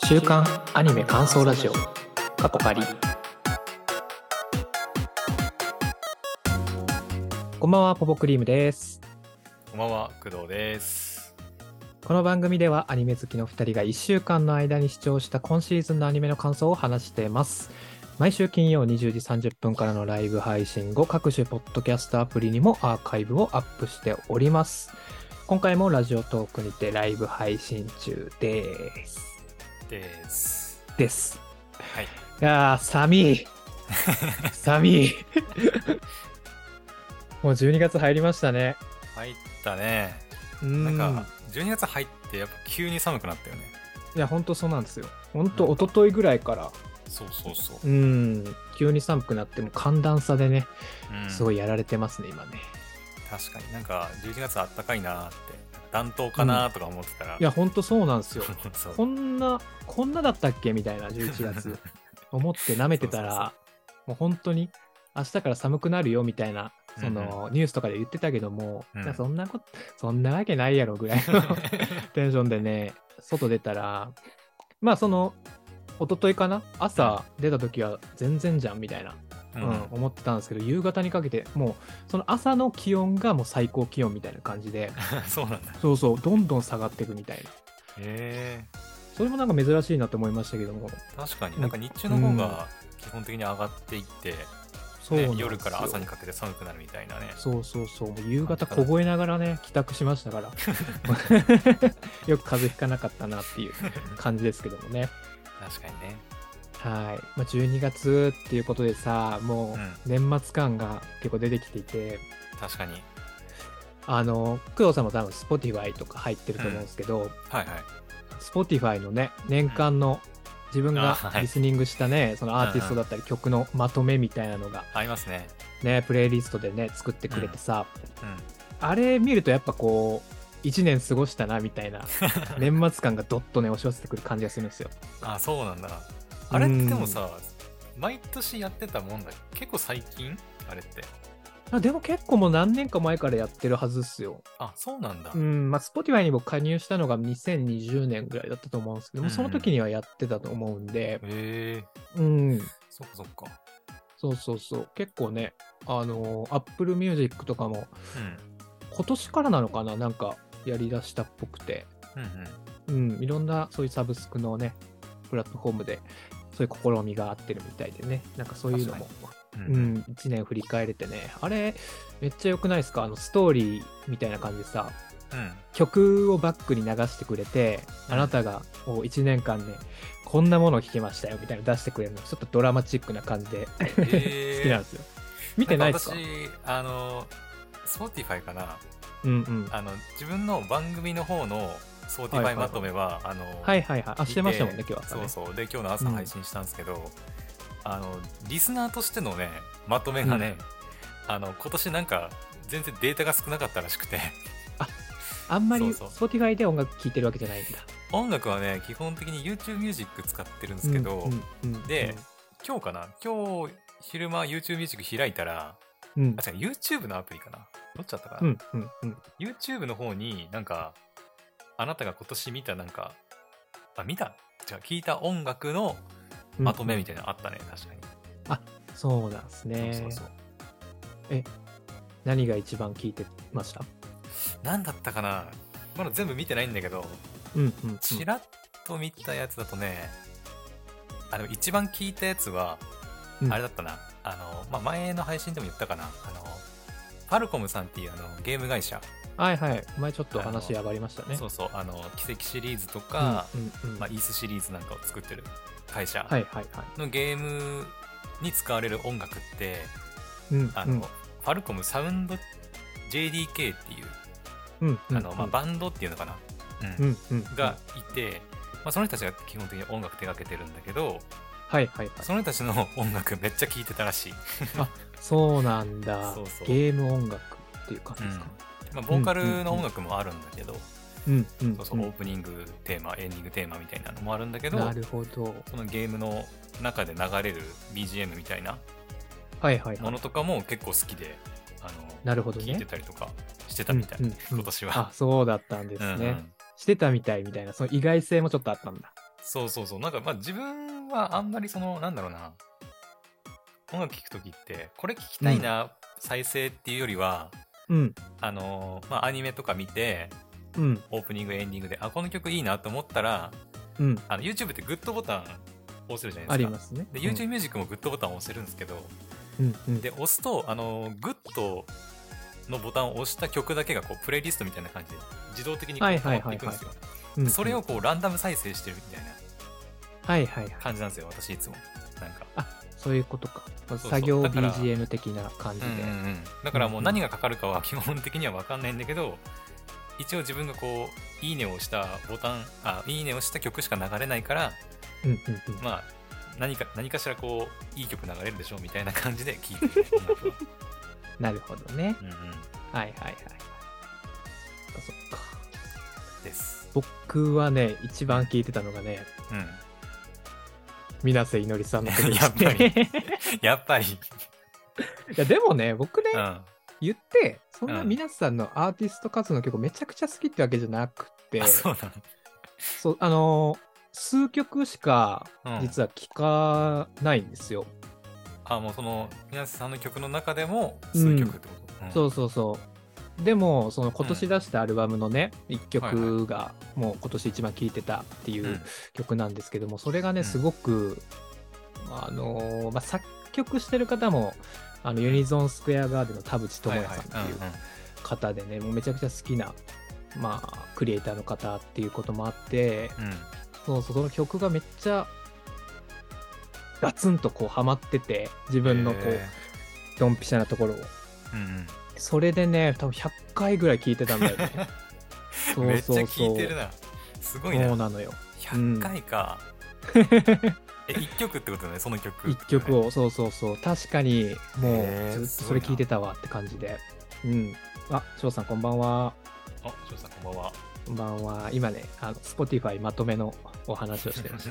週刊アニメ感想ラジオ過去仮。こんばんは、ポポクリームです。 こんばんは、工藤です。 この番組ではアニメ好きの2人が1週間の間に視聴した今シーズンのアニメの感想を話しています。毎週金曜20時30分からのライブ配信後、各種ポッドキャストアプリにもアーカイブをアップしております。今回もラジオトークにてライブ配信中です。 はい。 いやー、寒いもう12月入りましたね。 入ったね。なんか12月入ってやっぱ急に寒くなったよね。 いや、ほんとそうなんですよ。ほんと一昨日ぐらいからそう急に寒くなっても寒暖差でね、すごい。 いやられてますね今ね。 確かになんか11月あったかいなーって暖冬かなーとか思ってたら、 いやほんとそうなんですよそうこんなだったっけみたいな11月思って舐めてたらもう本当に明日から寒くなるよみたいなそのニュースとかで言ってたけども、 うんいやそんなわけないやろぐらいのテンションでね外出たら、まあその一昨日かな、朝出た時は全然じゃんみたいな、思ってたんですけど、夕方にかけてもうその朝の気温がもう最高気温みたいな感じでそうなんだ。 そうどんどん下がっていくみたいな。それもなんか珍しいなって思いましたけども。 確かになんか日中の方が基本的に上がっていって、夜から朝にかけて寒くなるみたいなね。 そうもう夕方凍えながらね帰宅しましたからよく風邪ひかなかったなっていう感じですけどもね。 確かにね。 はい、まあ、12月っていうことでさ、もう年末感が結構出てきていて、 確かに工藤さんも多分 Spotify とか入ってると思うんですけど、Spotify のね年間の自分がリスニングしたね、そのアーティストだったり曲のまとめみたいなのがありますね。 プレイリストでね作ってくれてさ、あれ見るとやっぱこう1年過ごしたなみたいな年末感がどっとね押し寄せてくる感じがするんですよ。 あ、そうなんだ。あれってでもさ、毎年やってたもんだ。結構最近あれって。 でも結構もう何年か前からやってるはずっすよ。 あ、そうなんだ。 まあ Spotify に僕加入したのが2020年ぐらいだったと思うんですけども、その時にはやってたと思うんで。 そっか。 そう結構ね、Apple Music とかも、今年からなのかな、なんかやりだしたっぽくて、いろんなそういうサブスクのねプラットフォームでそういう試みがあってるみたいでね、なんかそういうのも1年振り返れてね、あれめっちゃ良くないですか？ストーリーみたいな感じでさ、曲をバックに流してくれて、あなたが1年間ねこんなものを聴きましたよみたいなの出してくれるの、ちょっとドラマチックな感じで好きなんですよ。見てないですか？ 私Spotify かな、自分の番組の方のSpotify まとめはしてましたもんね今日は。 そうで今日の朝配信したんですけど、リスナーとしてのねまとめがね、今年なんか全然データが少なかったらしくてあんまり Spotify で音楽聴いてるわけじゃないんだ。 音楽はね基本的に YouTube Music 使ってるんですけど、で今日昼間 YouTube Music 開いたら、YouTube のアプリかな、どっちだったかな、YouTube の方になんかあなたが今年見た聞いた音楽のまとめみたいなのあったね、確かに。 あ、そうなんですね。何が一番聞いてました？ 何だったかな、まだ全部見てないんだけど、ちらっと見たやつだとね、でも一番聞いたやつはあれだったな、前の配信でも言ったかな、ファルコムさんっていうゲーム会社、 前ちょっと話上がりましたね。 奇跡シリーズとか、イースシリーズなんかを作ってる会社のゲームに使われる音楽って、ファルコムサウンド JDK っていう、バンドっていうのかな、がいて、その人たちが基本的に音楽手がけてるんだけど、その人たちの音楽めっちゃ聴いてたらしい。 あ、そうなんだ。ゲーム音楽っていう感じですか？ ボーカルの音楽もあるんだけど、オープニングテーマ、エンディングテーマみたいなのもあるんだけど、 なるほど。 そのゲームの中で流れる BGM みたいなものとかも結構好きで、 なるほどね、 聞いてたりとかしてたみたい、今年は。 あ、そうだったんですね。してたみたいな、その意外性もちょっとあったんだ。 そうそうそう。なんかまあ自分はあんまりなんだろうな。音楽聴くときって、これ聴きたいな、再生っていうよりは、まあアニメとか見て、オープニング、エンディングで、この曲いいなと思ったら、YouTube ってグッドボタン押せるじゃないですか。 ありますね。 で、YouTube ミュージックもグッドボタンを押せるんですけど、で、押すと、グッドのボタンを押した曲だけがこうプレイリストみたいな感じで自動的にこう変わっていくんですよ。それをこうランダム再生してるみたいな感じなんですよ、私いつも。なんかそういうことか。作業 BGM 的な感じで。 だからもう何がかかるかは基本的には分かんないんだけど、一応自分がこういいねをしたボタン、いいねをした曲しか流れないから、まあ何かしらこういい曲流れるでしょうみたいな感じで聴いてる。 なるほどね。はい。そっか。 です。 僕はね、一番聴いてたのがね、水瀬いのりさんの曲でしたね。 やっぱり。いや、でもね、僕ね、言って、そんな水瀬さんのアーティスト活動の曲めちゃくちゃ好きってわけじゃなくて、 そうなの？ そう、数曲しか実は聴かないんですよ。 もう水瀬さんの曲の中でも数曲ってこと？ そう。でも、今年出したアルバムのね、1曲がもう今年一番聴いてたっていう曲なんですけども、それがね、すごく、作曲してる方も、ユニゾンスクエアガーデンの田淵智也さんっていう方でね、もうめちゃくちゃ好きな、クリエイターの方っていうこともあって、その曲がめっちゃ、ガツンとこうハマってて、自分のこう、ドンピシャなところを。それでね、多分100回ぐらい聞いてたんだよね。 めっちゃ聞いてるな。すごいな。 そうなのよ。 100回か。1曲ってことね、その曲。 1曲を、そう。確かに、もう、ずっとそれ聞いてたわって感じで。翔さんこんばんは。 翔さんこんばんは。 こんばんは。今ね、Spotify まとめのお話をしてました。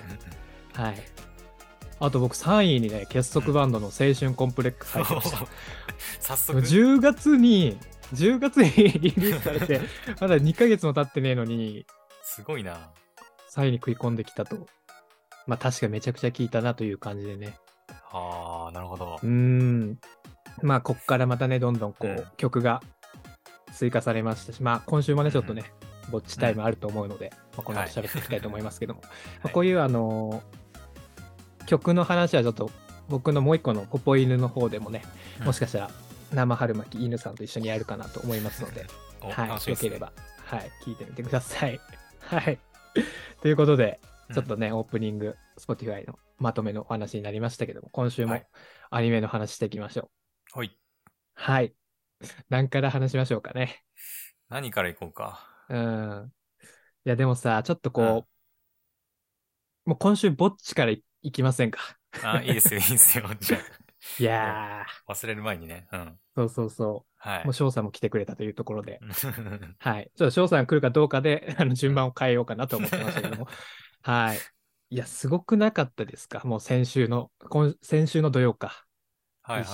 はい。あと僕3位にね、結束バンドの青春コンプレックス入ってました。 早速 10月にリリースされて、まだ2ヶ月も経ってねえのに、 すごいな。 3位に食い込んできたと。確かめちゃくちゃ聞いたなという感じでね。 なるほど。 こっからまたね、どんどんこう、曲が追加されましたし、今週もね、ちょっとね、ぼっちタイムあると思うので、この後喋っていきたいと思いますけども、こういう曲の話はちょっと僕のもう一個のポポ犬の方でもね、もしかしたら生春巻き犬さんと一緒にやるかなと思いますので、よければ、聞いてみてください。ということで、ちょっとね、オープニング、Spotify のまとめのお話になりましたけども、今週もアニメの話していきましょう。 はい。何から話しましょうかね。 何からいこうか。 いや、でもさ、ちょっとこう、もう今週ぼっちからいきませんか。 いいですよ。じゃあ。 いや忘れる前にね。 そう。もう翔さんも来てくれたというところで。ちょっと翔さん来るかどうかで、順番を変えようかなと思ってましたけども。いや、すごくなかったですか？もう先週の土曜か。先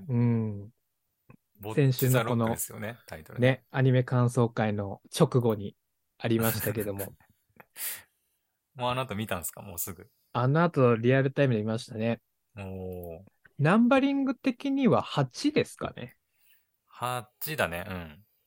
週のこの、ね、アニメ感想会の直後にありましたけども。 もうあの後見たんですか？もうすぐ。 あの後リアルタイムで見ましたね。ナンバリング的には8ですかね。 8だね。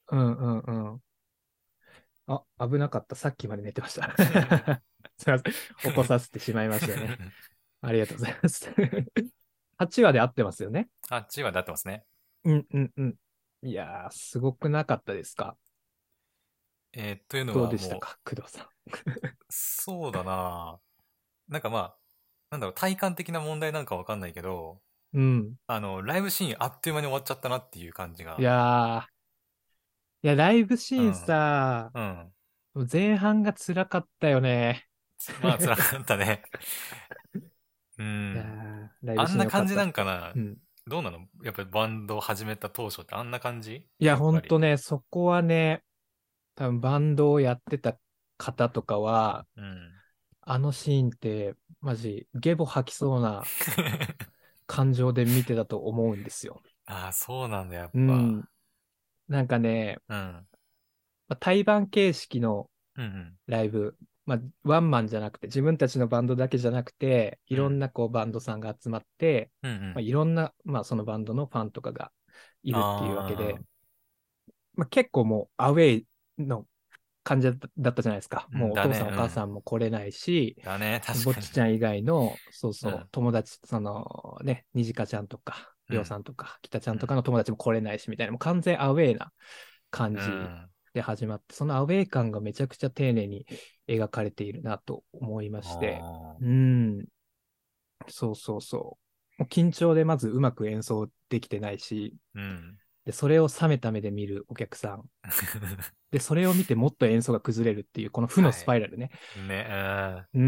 危なかった。さっきまで寝てました。すいません。起こさせてしまいましたね。ありがとうございます。8話で合ってますよね。 8話で合ってますね。 いやー、すごくなかったですか？ というのはどうでしたか、工藤さん。 そうだな。なんかなんだろう、体感的な問題なんかわかんないけど、ライブシーンあっという間に終わっちゃったなっていう感じが。 いや、ライブシーンさ、前半が辛かったよね。 辛かったね。あんな感じなんかな。どうなの？やっぱりバンドを始めた当初ってあんな感じ？ いや、ほんとね、そこはね、多分バンドをやってた方とかは、あのシーンって、マジ、ゲボ吐きそうな感情で見てたと思うんですよ。 そうなんだ、やっぱ。 なんかね、対バン形式のライブまあ、ワンマンじゃなくて、自分たちのバンドだけじゃなくて、いろんなこうバンドさんが集まって、 うんうん。 まあ、いろんな、まあ、そのバンドのファンとかがいるっていうわけで、 あまあ、結構もうアウェイの感じだったじゃないですか。 あ、うん、 もうおだね、 父さんお母さんも来れないし、 だね、確かに。 ぼっちちゃん以外の、そううん、 そう、友達、そのね、にじかちゃんとか、りょううん、 さんとか、きたちゃんとかうん、 の友達も来れないし、みたいな、もう完全アウェイな感うじん。 で始まって、そのアウェイ感がめちゃくちゃ丁寧に描かれているなと思いまして、 あうん、そうそうそう。もう緊張でまずうまく演奏できてないし、 うん。 で、それを冷めた目で見るお客さん。で、それを見てもっと演奏が崩れるっていう、この負のスはい。 パイラルね。 ね、 うん。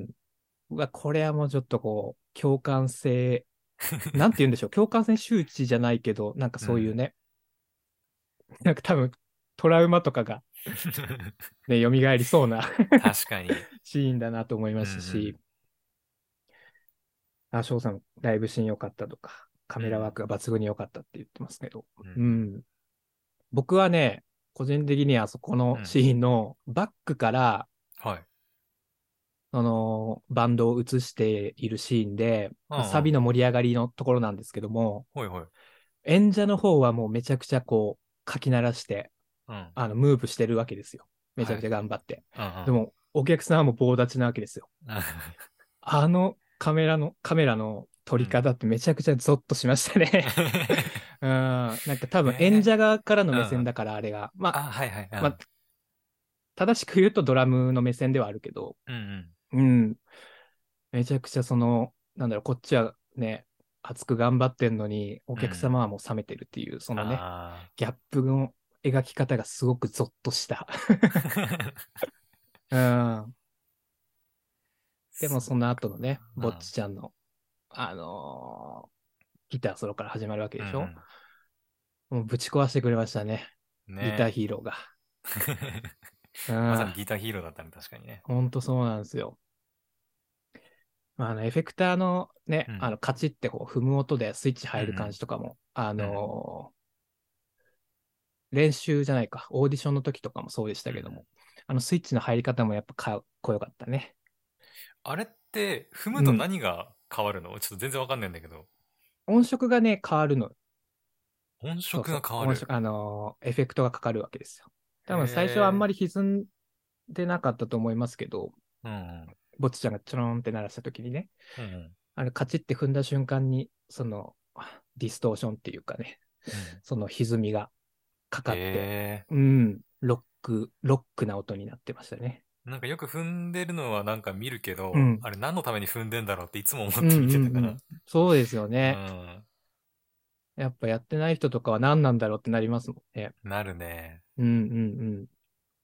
これはもうちょっとこう、共感性、なんて言うんでしょう、共感性周知じゃないけど、なんかうん。 そういうね、なんか多分、トラウマとかがね、蘇りそうな確かに。 シーンだなと思いまうんうしたし、 ん。 翔さん、ライブシーン良かったとか、カうん。 メラワークが抜群に良かったって言ってますけど、 うん。 うん。僕はね、個人的にはそこのうん。 シーンのバックから、 はい。 バンドを映しているシーンで、 うんまあ、サうん。 ビの盛り上がりのところなんですけども、 ほいほい。 演者の方はもうめちゃくちゃこう、かき鳴らして、 うん。 ムーブしてるわけですよ。めちはい。 ゃくちゃ頑張って。 うんうん。 でも、お客さんはもう棒立ちなわけですよ。カメラの撮うん。 り方ってめちゃくちゃゾッとしましたね。うん、なんか多分演え者側からのうん。 目線だからあれが、まあ、 あ、はいはい。うん。 まあ、正しく言うとドラムの目線ではあるけど、 うんうん。 うん、めちゃくちゃその、なんだろう、こっちはね、熱く頑張ってんのに、おうん。 客様はもう冷めてるっていう、そのね、 あギャップの描き方がすごくゾッとした。 あ。 うん。でもそのそうか。 後のね、ぼっうん。 ちちゃんの、ギターソロから始まるわけでしょ。 うんもうぶち壊してくれましたね。 うん。 ギターね。 ヒーローが。うまさにん。 ギターヒーローだったね、確かにね。 ほんとそうなんですよ。エフェクターのね、 うん。 カチってこう踏む音でスイッチ入る感うんじとかも、 うん。うん。 練習じゃないか、オーディションの時とかもそうでしうんうん。 たけども、スイッチの入り方もやっぱかっこよかったね。 あれって、踏むとうん。 何が変わるの？ちょっと全然わかんないんだけど。 音色がね、変わるの。 音色そうそう。 が変わる。 エフェクトがかかるわけですよ。 へ多分最初はあんまえ。 り歪んでなかったと思いますけど、 うんうん。 ぼっちちゃんがチョロンって鳴らした時にね、 うんカチって踏んだ瞬間に、ディストーションっていうかね、 うん。うん。 その歪みがかへかって、 え。 うん、ロックな音になってましたね。 なんかよく踏んでるのはなんか見るけど、 うん。 あれ何のために踏んでんだろうっていつも思うんうって見てたから。 んうん。そうですようね。 ん。 やっぱやってない人とかは何なんだろうってなりますもんね。 なるね。 うんうんうん。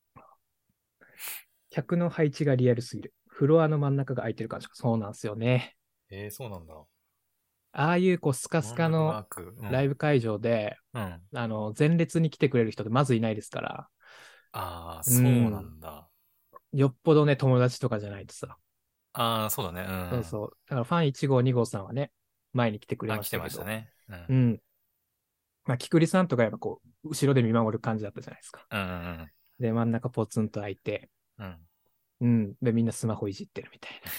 客の配置がリアルすぎる。フロアの真ん中が空いてる感じ。そうなんですよね。 そうなんだ。 ああいうこうスカス真ん中がカの開く。うん。 ライブ会場で、 うん。 前列に来てくれる人ってまずいないですから。 ああ、 うそうなん。 んだ。 よっぽどね、友達とかじゃないとさ。 ああ、そうだね。うん。 そうそう。だからファン1号、2号さんはね、前に来てくれあ、来てましたけど。 ましたね。うん。 うん。まあ、キクリさんとかやっぱこう、後ろで見守る感じだったじゃないですか。 うんうんで、真ん中ポツンと空いて、 うん。うん。 うん。で、みんなスマホいじってるみたいな。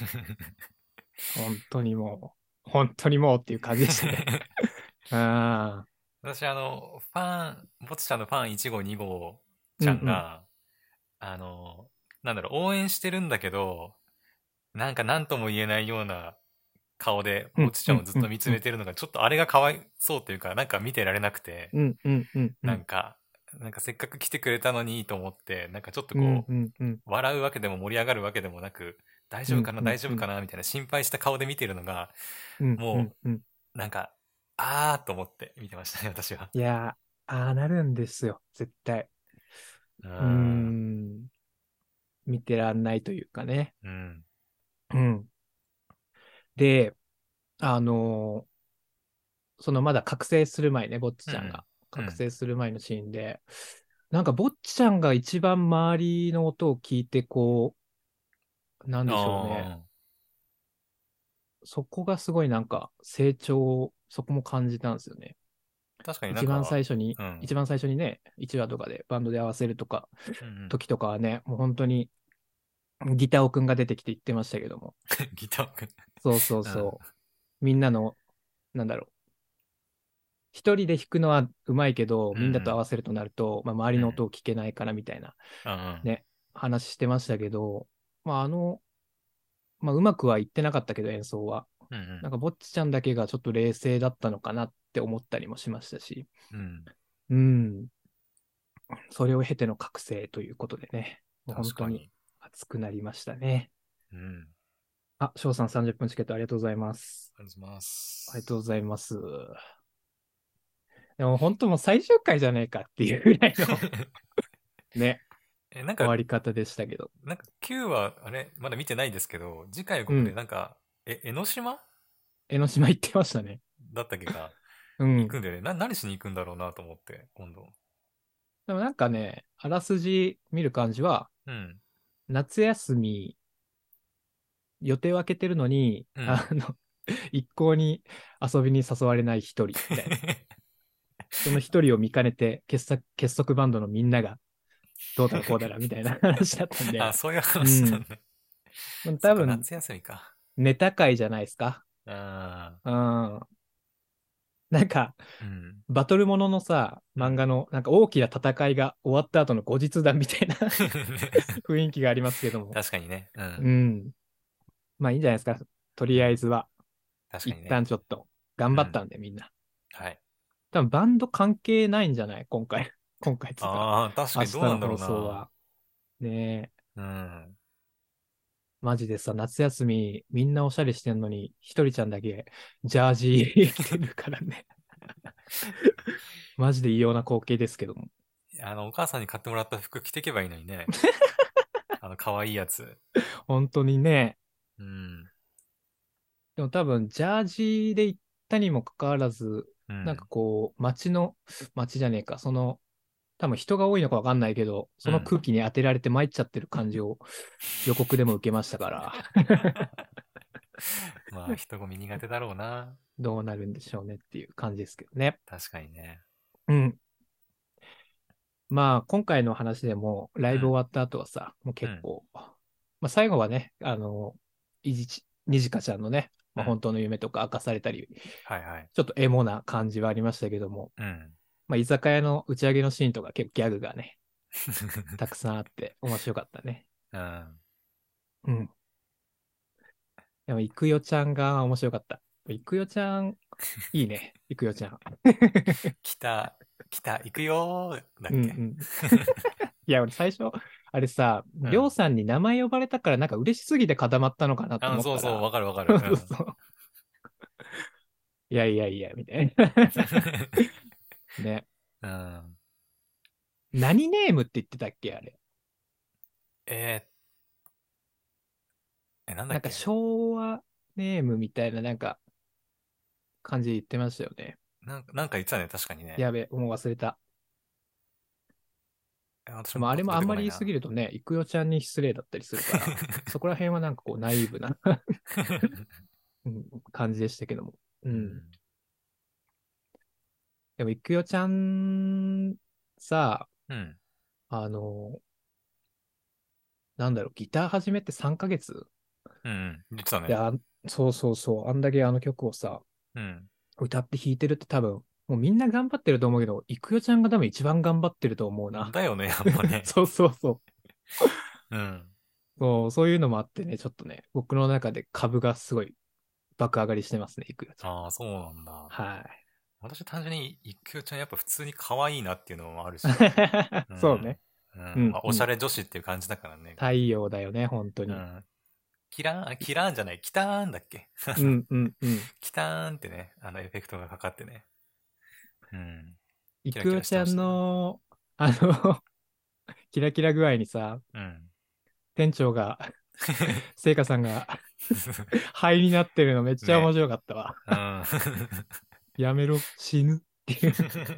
本当にもうっていう感じでしたね。ああ。 私、ぼちちゃんのファン1号、2号ちゃうんうん。 んが、あの、なんだろう、応援してるんだけど、なんか何とも言えないような顔で、 うんうんぼちちゃんをずっうんうん。 と見つめてるのが、ちょっとあれがかわいそうというか、なんか見てられなくて、 うんうんうんうん。 なんか、なんかせっかく来てくれたのにいいと思って、なんかちょっとうんこうんうん。 う、笑うわけでも盛り上がるわけでもなく、大うん丈夫かなうんうん。 大丈夫かなみたいな心配した顔で見てるのが、 うんうもんうん。 う、なんか、あーと思って見てましたね、私は。 いやー、ああなるんですよ。絶対。 うーうーん。 ん。見てらんないというかね。 うん。 うん。で、あのまだ覚醒する前ね、ぼっちうん。 ちゃんが。 うん。う覚ん。 醒する前のシーンで、なんかぼっちちゃんが一番周りの音を聞いて、こう、なんでしょうね。 あそこがすごいなんか成長、そこも感じたんですよね。 あ、確かになんか、うん。 一番最初にね、1話とかでバンドで合わせるとか、 うんうん。 時とかはね、もう本当にギタオくんが出てきて言ってましたけども。 ギタオくん。 そうそうそう。みんなの、なんだろう。一人で弾くのはうまいけど、みんなと合わせるとなると、まあ、周りの音を聞けないからみたいな、ね、話してましたけど、まあ、まあ、うまくはいってなかったけど、演奏は。なんか、ぼっちちゃんだけがちょっと冷静だったのかなって思ったりもしましたし、うん。それを経ての覚醒ということでね、もう本当に熱くなりましたね。あ、翔さん30分チケットありがとうございます。 ありがとうございます。 ありがとうございます。でも本当もう最終回じゃねえかっていうぐらいのね、 なんか終わり方でしたけど。 なんか9は、あれ、まだ見てないですけど、次回予告でなんか、江ノ島江ノ島行ってましたね。 だったっけか。 うん。 行くんだよね。何しに行くんだろうなと思って、今度。 でもなんかね、あらすじ見る感じは、夏休み予定を空けてるのに、一向に遊びに誘われない一人みたいな。その一人を見かねて結束バンドのみんながどうだろうこうだろうみたいな話だったんで。 あ、そういう話なんだ。 多分、 夏休みか。 ネタ会じゃないですか。 あうん。なんか、バトルもののさ、漫画の、なんか大きな戦いが終わった後の後日談みたいな雰囲気がありますけども。 確かにね。 まあいいんじゃないですか。とりあえずは。一確かにね。 旦ちょっと頑張ったんで、みんな。 はい。 多分バンド関係ないんじゃない今回。今回っつうか、 ああ、確か明にどうな日の放んだろうな。 送は。ねえ。マジでさ、夏休みみんなおしゃれしてんのに、ひとりちゃんだけジャージ着てるからね。マジで異様な光景ですけども。 お母さんに買ってもらった服着てけばいいのにね。可愛いやつ。 本当にね。 うん。 でも多分、ジャージで行ったにもかかわらず、なんかこう、街じゃねえか、多分人が多いのかわかんないけど、その空気に当てられて参っちゃってる感じを予告でも受けましたから。 まあ、人混み苦手だろうな。 どうなるんでしょうねっていう感じですけどね。 確かにね。 うん。まあ、今回の話でも、ライブ終わった後はさ、もう結構、まあ、最後はね、にじかちゃんのね、まあ、本当の夢とか明かされたり、ちょっとエモな感じはありましたけども、まあ、居酒屋の打ち上げのシーンとか結構ギャグがね、たくさんあって面白かったね。うん。でも、いくよちゃんが面白かった。いくよちゃん、いいね、いくよちゃん。 来た、行くよーだっけ。 いや、俺最初、あれさ、りょうさんに名前呼ばれたからなんか嬉しすぎて固まったのかなと思ったら。 そうそう、わかるわかる。 いやいやいや、みたいな。ね。何ネームって言ってたっけあれ。 なんだっけ。 なんか昭和ネームみたいななんか感じで言ってましたよね。 なんか言ってたね、確かにね。 やべ、もう忘れた。 でもあれもあんまり言いすぎるとね、いくよちゃんに失礼だったりするから、そこら辺はなんかこうナイーブな感じでしたけども。うん。でも、いくよちゃんさ、あの、なんだろう、ギター始めて3ヶ月言ってたね。 で、そうそうそう、あんだけあの曲をさ、歌って弾いてるって多分、もうみんな頑張ってると思うけど、いくよちゃんが多分一番頑張ってると思うな。 だよね、やっぱね。 そうそうそう。そういうのもあってね、ちょっとね、僕の中で株がすごい爆上がりしてますね、いくよちゃん。 ああ、そうなんだ。 はい。 私単純にいくよちゃんやっぱ普通に可愛いなっていうのもあるし。 そうね。 おしゃれ女子っていう感じだからね。 太陽だよね、本当に。 キラーンじゃない、キターンだっけ。キターンってね、エフェクトがかかってね。 いくよちゃんの、キラキラ具合にさ、店長が、聖華さんが灰になってるのめっちゃ面白かったわ。やめろ、死ぬっていう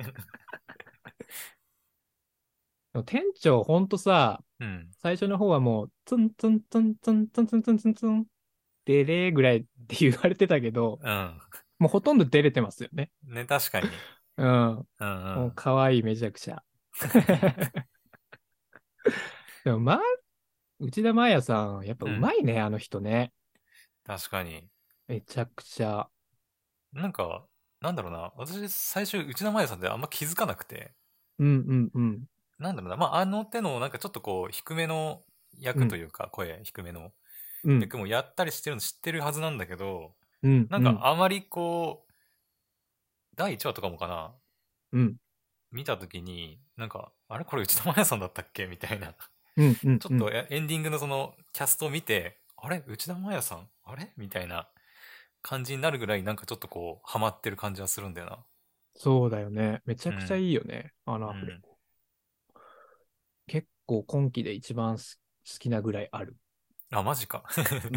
店長ほんとさ、最初の方はもう、ツンツンツンツンツンツンツンツンツン、デレーぐらいって言われてたけど、もうほとんど出れてますよね。 ね、確かに。 もう可愛いめちゃくちゃ。でも内田真礼さん、やっぱうまいね、あの人ね。 確かに。 めちゃくちゃ。 なんか、なんだろうな。私、最初、内田真礼さんってあんま気づかなくて。 うんうんうん。 なんだろうな。まあ、あの手の、なんかちょっとこう、低めのうん。 役というか、声低めのうん。 役もやったりしてるの知ってるはずなんだけど、なんかうんうん。 あまりこう、第1話とかもかな、 うん。 見たときに、なんか、あれこれ内田真礼さんだったっけみたいな。 うんうんちょっうん。 とエンディングのその、キャストを見て、あれ内田真礼さんあれみたいな感じになるぐらい、なんかちょっとこう、ハマってる感じはするんだよな。 そうだよね。めちゃくちゃうん。 いいよね。あのアフレうん。 コ。結構今期で一番好きなぐらいある。 あ、マジか。 うん。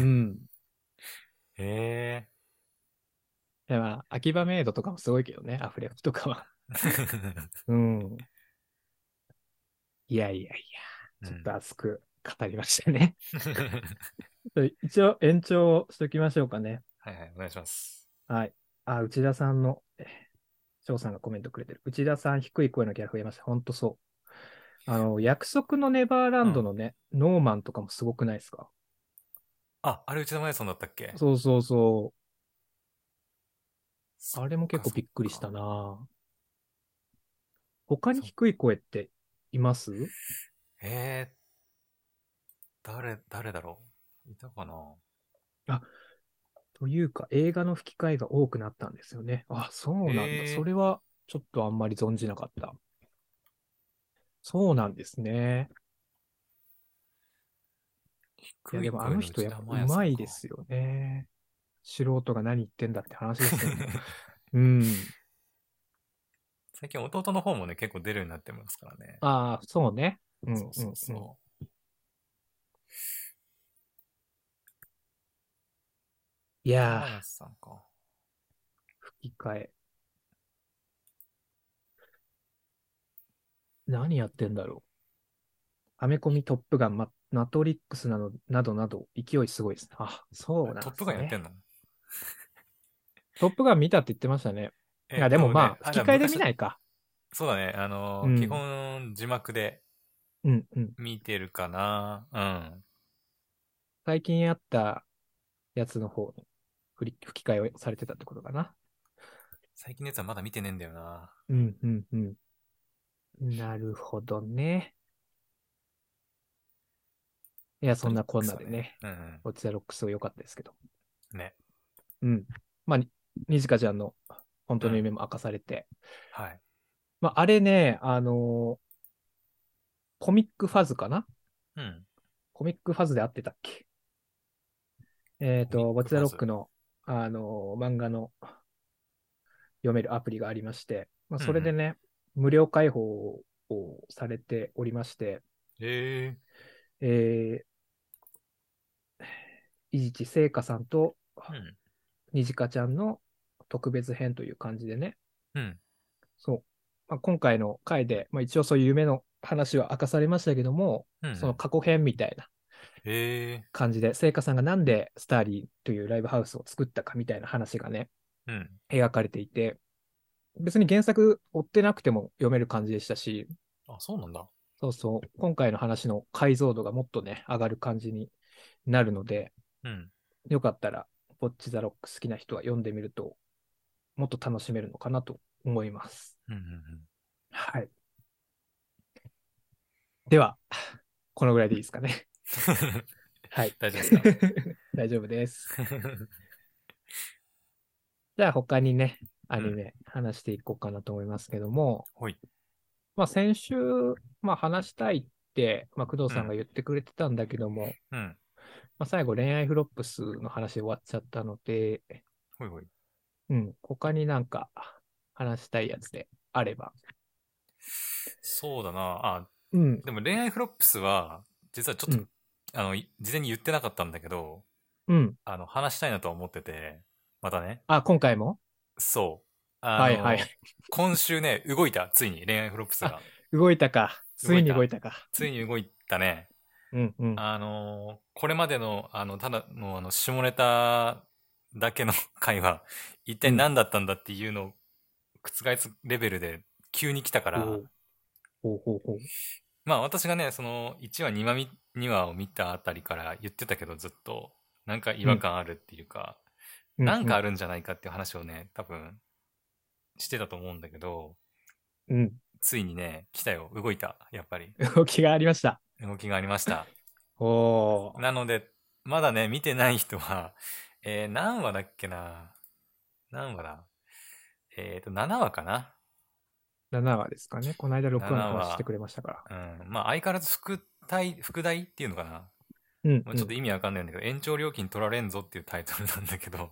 へえ。 でまあ、秋葉メイドとかもすごいけどね、アフレコとかは。うん。いやいやいや、ちょっうん。 と熱く語りましたね。一応延長しときましょうかね。 はいはい、お願いします。 はい。あ、内田さんの、翔さんがコメントくれてる。内田さん、低い声のキャラ増えました。ほんとそう。約束のネバーラうん。 ンドのね、ノーマンとかもすごくないですか？ あ、あれ内田真礼さんだったっけ？ そうそうそう。 そっあれも結かそっ構びっくりしたか。 な。他にそっ低い声っています？ え誰だろういたかな？ あ、というか映画の吹き替えが多くなったんですよね。あ、そうなんだ。そえれはちょっとあんまり存じなかった。そうなんですね。いや、でもあ低い声の人やっの内田真ぱうま礼さんか。 いですよね。素人が何言ってんだって話ですけども。うん。 最近弟の方もね、結構出るようになってますからね。 ああ、そうね。うんそうそううんうん。 そいう。内田やー、 真礼さんか。 吹き替え。何やってんだろう。アメコミトップガン、マトリックスなど勢いすごいですね。あ、そうなんあれトッですね。 プガンやってんの？ トップガン見たって言ってましたね。いや、ででもね、 もまあ、 あ、 吹き替えで見昔、 ないか。 そうだね、基うん。 本字幕でうんうん。 見てるかな。うん。 最近あったやつの方の吹き替えをされてたってことかな。 最近のやつはまだ見てねえんだよな。 うんうんうん。なるほどね。いや、 マトリッそんなこんクスはね。 なでね、 うん、 オッツ・ザ・ロックス良かったですけど。 うん。ね。 うん。まあ、にじかちゃんの本うん。 当の夢も明かされて。 はい。 まあ、あれね、コミックファズかな。 うん。 コミックファズで合ってたっけ？ コミッウォッチ・ザ・クファズ。 ロックの、漫画の読めるアプリがありまして、まあ、 うんうん。 それでね、無料開放をされておりまして、 ええ伊地知聖華さんとうん。 にじかちゃんの特別編という感じでね、 うん。 そう。まあ、今回の回で、まあ、一応そういう夢の話は明かされましたけども、 うんうん。 その過去編みたいなえ感じで、聖華さんがなんでスターリーというライブハウスを作ったかみたいな話がね、 うん。 描かれていて、別に原作追ってなくても読める感じでしたし、 あ、そうなんだ。 そうそう、今回の話の解像度がもっとね、上がる感じになるので、 うん。 よかったら、ボッチザロック好きな人は読んでみると、もっと楽しめるのかなと思います。 うんうんうん。 はい。では、このぐらいでいいですかね。はい。 大丈夫ですか？ 大丈夫です。じゃあ他にね、アうん。 ニメ話していこうかなと思いますけども、 ほい。 まあ先週、まあ話したいって、まあ工藤うん。 さんが言ってくれてたんだけども、 うん。 まあ最後恋愛フロップスの話で終わっちゃったので、 ほいほい。 うん、他になんか話したいやつであれば。 そうだな。あ、 うん、 でも恋愛フロップスは、実はちょっと、 うん、 事前に言ってなかったんだけど、 うん。 話したいなとは思ってて、またね。 あ、今回も。 そう。 はいはい。 今週ね、動いた。ついに恋愛フロップスあ、 が。 動いたか。ついに動動いた。 いたか。 ついに動いたね。 うん、うん、 これまでの、ただの、下ネタだけの回は、一体うん。 何だったんだっていうのを覆すレベルで急に来たから、 おうほうほうほう。 まあ私がね、その1話、2話を見たあたりから言ってたけど、ずっと、なんか違和感あるっていうか、なんかあるんじゃないかっていう話をね、多分、してたと思うんだけど、 うん。 ついにね、来たよ。動いた。やっぱり。 動きがありました。 動きがありました。 おー。 なので、まだね、見てない人は、何話だっけな。何話だ。7話かな。 7話ですかね。この間6話の 7 話して話。 くれましたから。 まあ相変わらず副題っていうのかな。 うん、うん。 まあちょっと意味わかんないんだけど、延長料金取られんぞっていうタイトルなんだけど。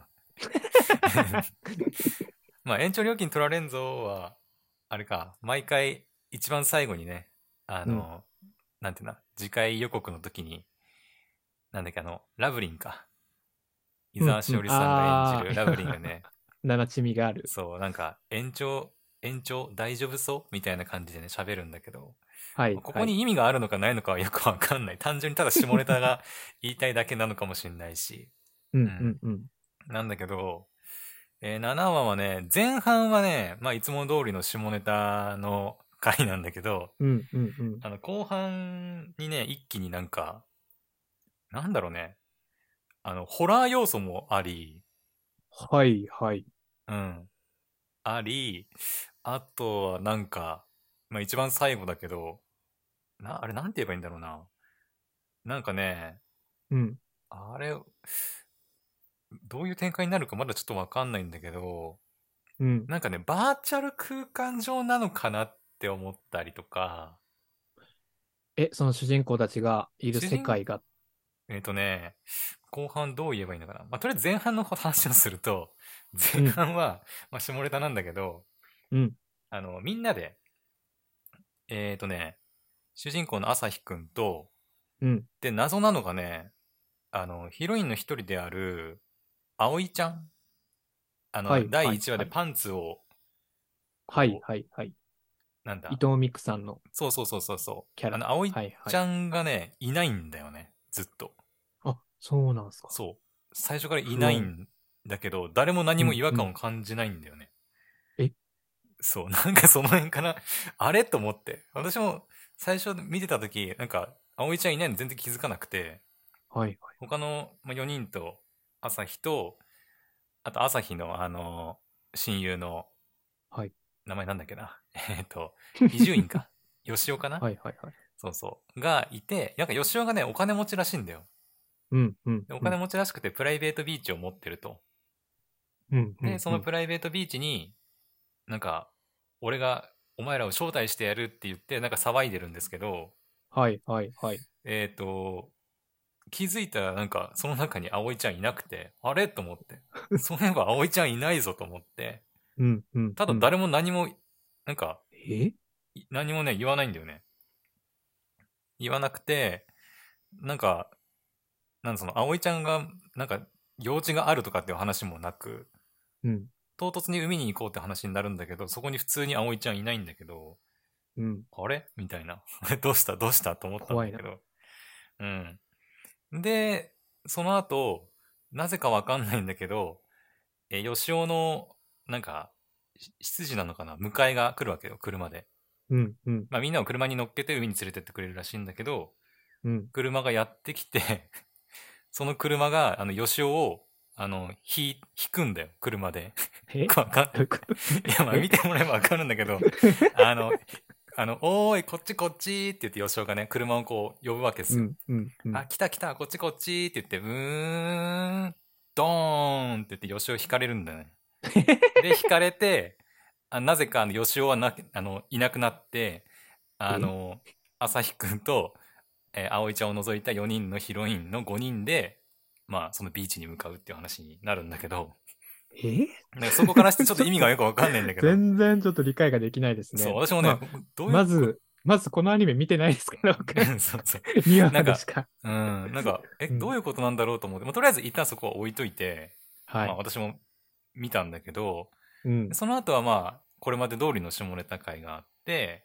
まあ延長料金取られんぞは、あれか、毎回一番最後にね、 うん、 なんていうの、次回予告の時に、なんだっけ、ラブリンか。伊うん、うん。 沢しおりさんが演じるラブリンがあー。 ね、 七チミがある。 そう、なんか延長大丈夫そうみたいな感じでね、喋るんだけど、 はい、 ここはい。 に意味があるのかないのかはよくわかんない。単純にただ下ネタが言いたいだけなのかもしれないし。 うん、ううん。 ん、うん。 なんだけど、7話はね、前半はね、まあいつも通りの下ネタの回なんだけど、 うん、うん、うん。 後半にね、一気になんか、なんだろうね、ホラー要素もあり、 はい、はい。 うん、あり、あとはなんか、まあ一番最後だけど、あれなんて言えばいいんだろうな。なんかね、 うん、 あれ、どういう展開になるかまだちょっとわかんないんだけど、 うん。 なんかね、バーチャル空間上なのかなって思ったりとか、 その主人公たちがいる主人、 世界が、 ね、後半どう言えばいいのかな。まあ、とりあえず前半の話をすると、前うん、 半は、まあ、下ネタなんだけど、 うん、 みんなで、ね、主人公の朝日くんと、 うん。 で、謎なのがね、ヒロインの一人である、葵ちゃん。 はい、は第い、 1話ではい。 パンツを、 はい、 こはい、はい。 う、なんだ、 伊藤美久さんのそうそうそうそうそう。 キャラ。 葵はい、はい。 ちゃんがね、いないんだよね。ずっと。 あ、そうなんすか。 そう。最初からい不穏。 ないんだけど、誰も何うん、 も違和うん。 感を感じないんだよね。 え、 そう。なんかその辺かな。あれと思って。私も最初見てた時、なんか、葵ちゃんいないの全然気づかなくて、 はい、はい。 他の4人と、朝日と、あと朝日の親友の、 はい。 名前なんだっけな。伊集院か。吉尾かな。 はい、はい、はい。 そうそう。がいて、なんか吉尾がね、お金持ちらしいんだよ。 うん、うん、 でおうん。 金持ちらしくてプライベートビーチを持ってると。 うん、うで、 ん、うん。 そのプライベートビーチに、なんか、俺がお前らを招待してやるって言って、なんか騒いでるんですけど、 はい、はい、はい。 えっ、と、気づいたらなんかその中に葵ちゃんいなくて、あれと思って。そういえば葵ちゃんいないぞと思って。 うん、うん、うん。 ただ誰も何も、なんか、 え何もね、言わないんだよね。言わなくて、なんか、その葵ちゃんが、なんか、用事があるとかっていう話もなく、 うん、 唐突に海に行こうって話になるんだけど、そこに普通に葵ちゃんいないんだけど、 うん。 あれみたいな。どうしたどうしたと思ったん怖いな。 だけど。うん。で、その後、なぜかわかんないんだけど、吉尾の、なんか、執事なのかな迎えが来るわけよ、車で。 うん、うん、 まあみんなを車に乗っけて海に連れてってくれるらしいんだけど、 うん。 車がやってきてその車が、吉尾を、引くんだよ、車で。 えわかん、 どういうこと？ いや、まあえ見てもらえばわかるんだけど、あの、おーい、こっちこっちって言って吉尾がね、車をこう呼ぶわけですよ。 うん、うん、うあ、 ん。 来た来た、こっちこっちって言って、ドーンって言って吉尾引かれるんだよね。で、引かれて、なぜか吉尾はいなくなって、あえの、朝日くんと、葵ちゃんを除いた4人のヒロインの5人で、まあ、そのビーチに向かうっていう話になるんだけど、 えなんかそこからしてちょっとちょっと、 意味がよくわかんないんだけど、 全然ちょっと理解ができないですそう、 ね。 私もね、 まあ、 どういうこ、 まず、まずこのアニメ見てないですから、僕。 そうそう。 2 なんか、 話でしか。 なんか、 うん。 どういうことなんだろうと思って、まあ、とりあえず一旦そこは置いといて、 はい。 まあ私も見たんだけど、 うん。 その後はまあ、これまで通りの下ネタ会があって、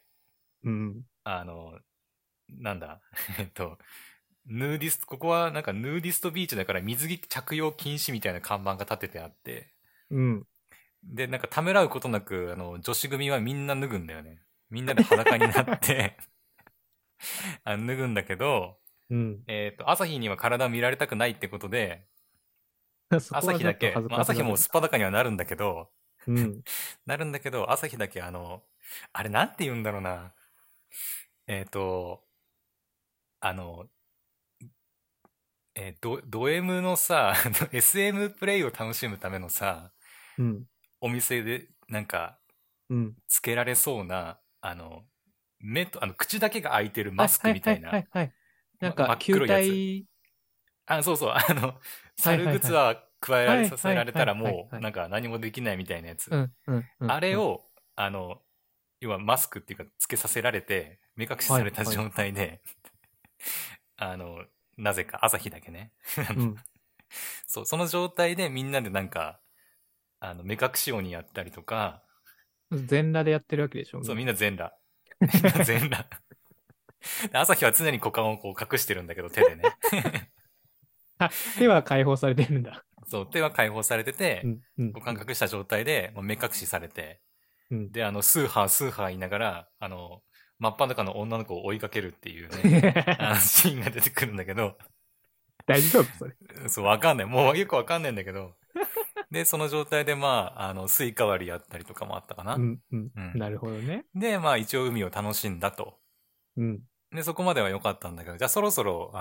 うん。 あの、なんだ、ヌーディスト、ここはなんかヌーディストビーチだから水着着用禁止みたいな看板が立ててあって、 うん。 で、なんかためらうことなく、女子組はみんな脱ぐんだよね。みんなで裸になって脱ぐんだけど、 うん。 朝日には体を見られたくないってことで、 そこ朝日だけ、 はちょっと恥ずまあ、朝日もかしがる。 すっぱだかにはなるんだけど、 うん。 朝日だけあれなんて言うんだろうな。えっと、あの、ド M のさ、SM プレイを楽しむためのさ、 うん。 お店でなんか、 うん。 つけられそうな、目と、口だけが開いてるマスクはいはいはみたいな、 いはいはい。なんか、 真っ球黒いやつ。 体、 そうそう、 はい猿はいはい。 靴ははいさせられたらはいはいはいもう、 はい。 なんか何もできないみたいなやつ。 うんうんうんうん。 あれを、要はマスクっていうか、つけさせられて、目隠しはされた状いはいはい。 態で、あの、なぜか朝日だけね。 うん。 そう、その状態でみんなでなんか、目隠し鬼やったりとか、 全裸でやってるわけでしょ、 そう、みんみんな。 な全裸。みんな全裸。で朝日は常に股間をこう隠してるんだけど、手でね。 あ、手は解放されてるんだ。 そう、手は解放されてて、 うんうん股間うん。 隠した状態で、もう目隠しされて、 うん。 で、スーハースーハー言いながら、真っ裸の女の子を追いかけるっていうね、シーンが出てくるんだけど、 大丈夫それ。 そう、わかんない。もうよくわかんないんだけど、で、その状態で、まあ、スイカ割りやったりとかもあったかな。 うんうん。 うん。 なるほどね。 で、まあ、一応海を楽しんだと。 うん。 で、そこまでは良かったんだけど、じゃあそろそろ、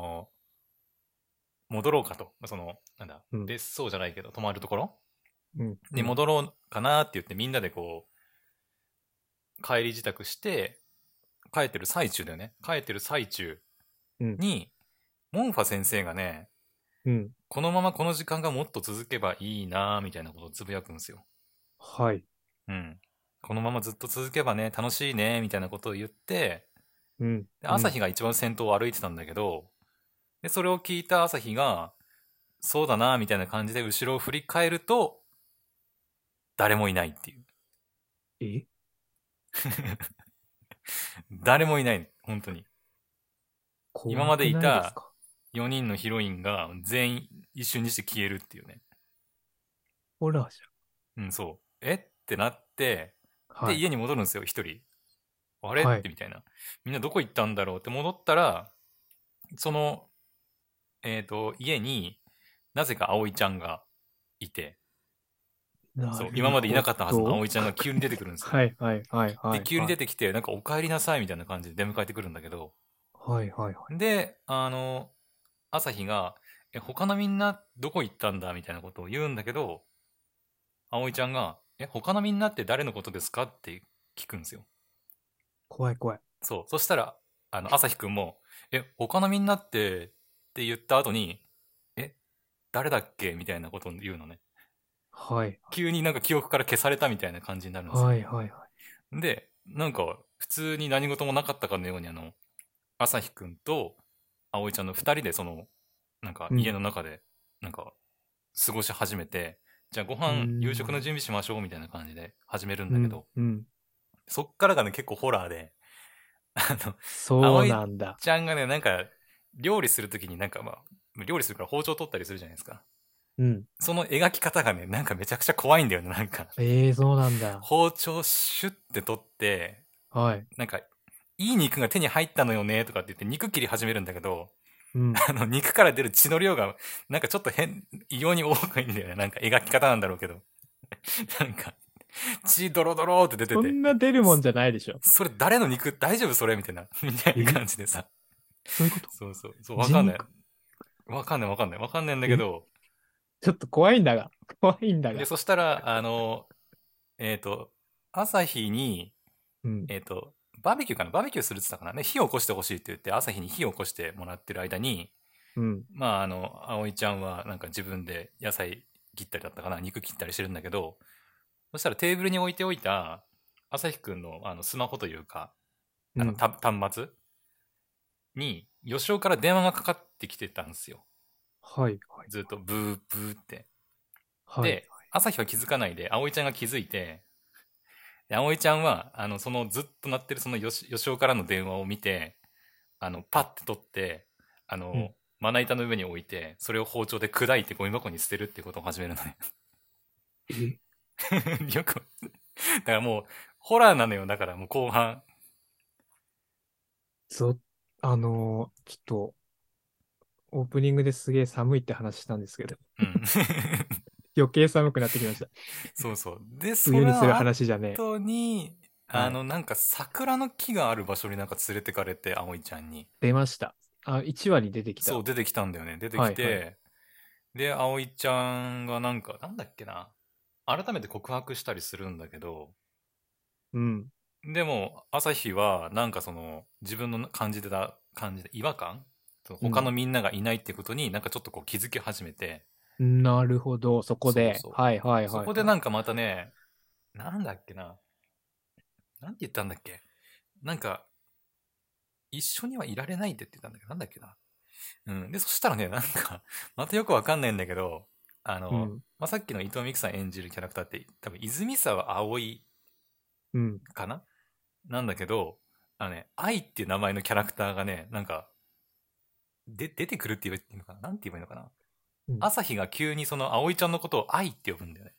戻ろうかと。なんだ、 うん。 別荘じゃないけど、泊まるところうん。うにん。 戻ろうかなって言って、みんなでこう、帰り支度して、帰ってる最中だよね。帰ってる最中うん。 に、モンファ先生がね、 うん。 このままこの時間がもっと続けばいいなみたいなことをつぶやくんですよ。 はい。 うん。このままずっと続けばね、楽しいね、みたいなことを言って、 うん。 でうん。 朝日が一番先頭を歩いてたんだけど、で、それを聞いた朝日が、そうだな、みたいな感じで後ろを振り返ると、誰もいないっていう。 え誰もいない、本当に。今まで怖くいたないですか？ 4人のヒロインが全員一瞬にして消えるっていうね。 ホラーじうん、そう。えってなって、 ゃん。 で、 はい。 家に戻るんですよ、一人。あれっはい。 てみたいな。みんなどこ行ったんだろうって戻ったら、その、家になぜか葵ちゃんがいて、そう、今なるまでいなほかったはずのど。 葵ちゃんが急に出てくるんですよ。 はいはいはいはで、 いはい。 急に出てきて、なんかお帰りなさいみたいな感じで出迎えてくるんだけど、 はいはいはい。 で、朝日が、他のみんなどこ行ったんだみたいなことを言うんだけど、葵ちゃんが、他のみんなって誰のことですかって聞くんですよ。 怖い怖い。 そう。そしたら、朝日くんも、他のみんなって言った後に、え、誰だっけみたいなことを言うのね。 はい急になんか記憶から消されたみたいな感じになるんですよ。 はいはいはい。 で、なんか、普通に何事もなかったかのように朝日くんと葵ちゃんの二人でなんか家うん。 の中で、なんか、過ごし始めて、じゃあごうー飯、夕食のん。 準備しましょうみたいな感じで始めるんうん。 だけど、 うん。 そっからがね、結構ホラーで、あの、 そう葵なんだ。 ちゃんがね、なんか、料理するときになんかまあ、料理するから包丁取ったりするじゃないですか。 うん。 その描き方がね、なんかめちゃくちゃ怖いんだよね、なんか。 ええー、そうなんだ。 包丁シュッて取って、 はい。 なんか、いい肉が手に入ったのよね、とかって言って肉切り始めるんだけど、 うん。 肉から出る血の量が、なんかちょっと異様に多くいんだよね。なんか描き方なんだろうけど。なんか、血ドロドロって出てて、 そんな出るもんじゃないでしょ。 それ誰の肉大丈夫それみたいな、みたいなえ、 感じでさ。 そういうこと？ そうそう、そう、わかんない。 人肉？ わかんないんだけえ、 ど、 ちょっと怖いんだが。怖いんだで、 が。 そしたら、えっ、と、朝日に、 うん。 えっ、と、バーベキューかなバーベキューするって言ったかなね、火を起こしてほしいって言って、朝日に火を起こしてもらってる間に、 うん。 まあ、葵ちゃんはなんか自分で野菜切ったりだったかな、肉切ったりしてるんだけど、そしたらテーブルに置いておいた、朝日くんのスマホというか、 うん。 端末に、吉尾から電話がかかってきてたんですよ。 はい。はい。 ずっとブーブーって。 はい。 で、朝日は気づかないで、葵ちゃんが気づいて、で葵ちゃんは、そのずっと鳴ってるその吉尾からの電話を見て、パッて取って、 うん。 まな板の上に置いて、それを包丁で砕いてゴミ箱に捨てるっていうことを始めるのね。 え、 よく、だからもう、ホラーなのよ。だからもう後半。 ちょっと、オープニングですげえ寒いって話したんですけど、 うん。 余計寒くなってきました。 そうそう。で、そ冬にするの話じゃね後に、 え。はい。 なんか桜の木がある場所になんか連れてかれて、葵ちゃんに。 出ました。1話に出てきそう、 た。 出てきたんだよね。出てきはいはい。 て、で、葵ちゃんがなんか、なんだっけな。改めて告白したりするんだけど、 うん。 でも、朝日は、なんかその、自分の感じで違和感そのうん。 他のみんながいないってことになんかちょっとこう気づき始めて、 なるほど。そこで。 そうそう。 はいはいそはいはい。 こでなんかまたね、なんだっけな。なんて言ったんだっけ。なんか、一緒にはいられないって言ってたんだけど、なんだっけな。うん。で、そしたらね、なんか、またよくわかんないんだけど、 うんさっきの伊藤美久さん演じるキャラクターって、多分、泉沢葵うん。 かななんだけど、愛っていう名前のキャラクターがね、なんか、出てくるって言うのかななんて言えばいいのかなうん。 朝日が急にその葵ちゃんのことを愛って呼ぶんだよね。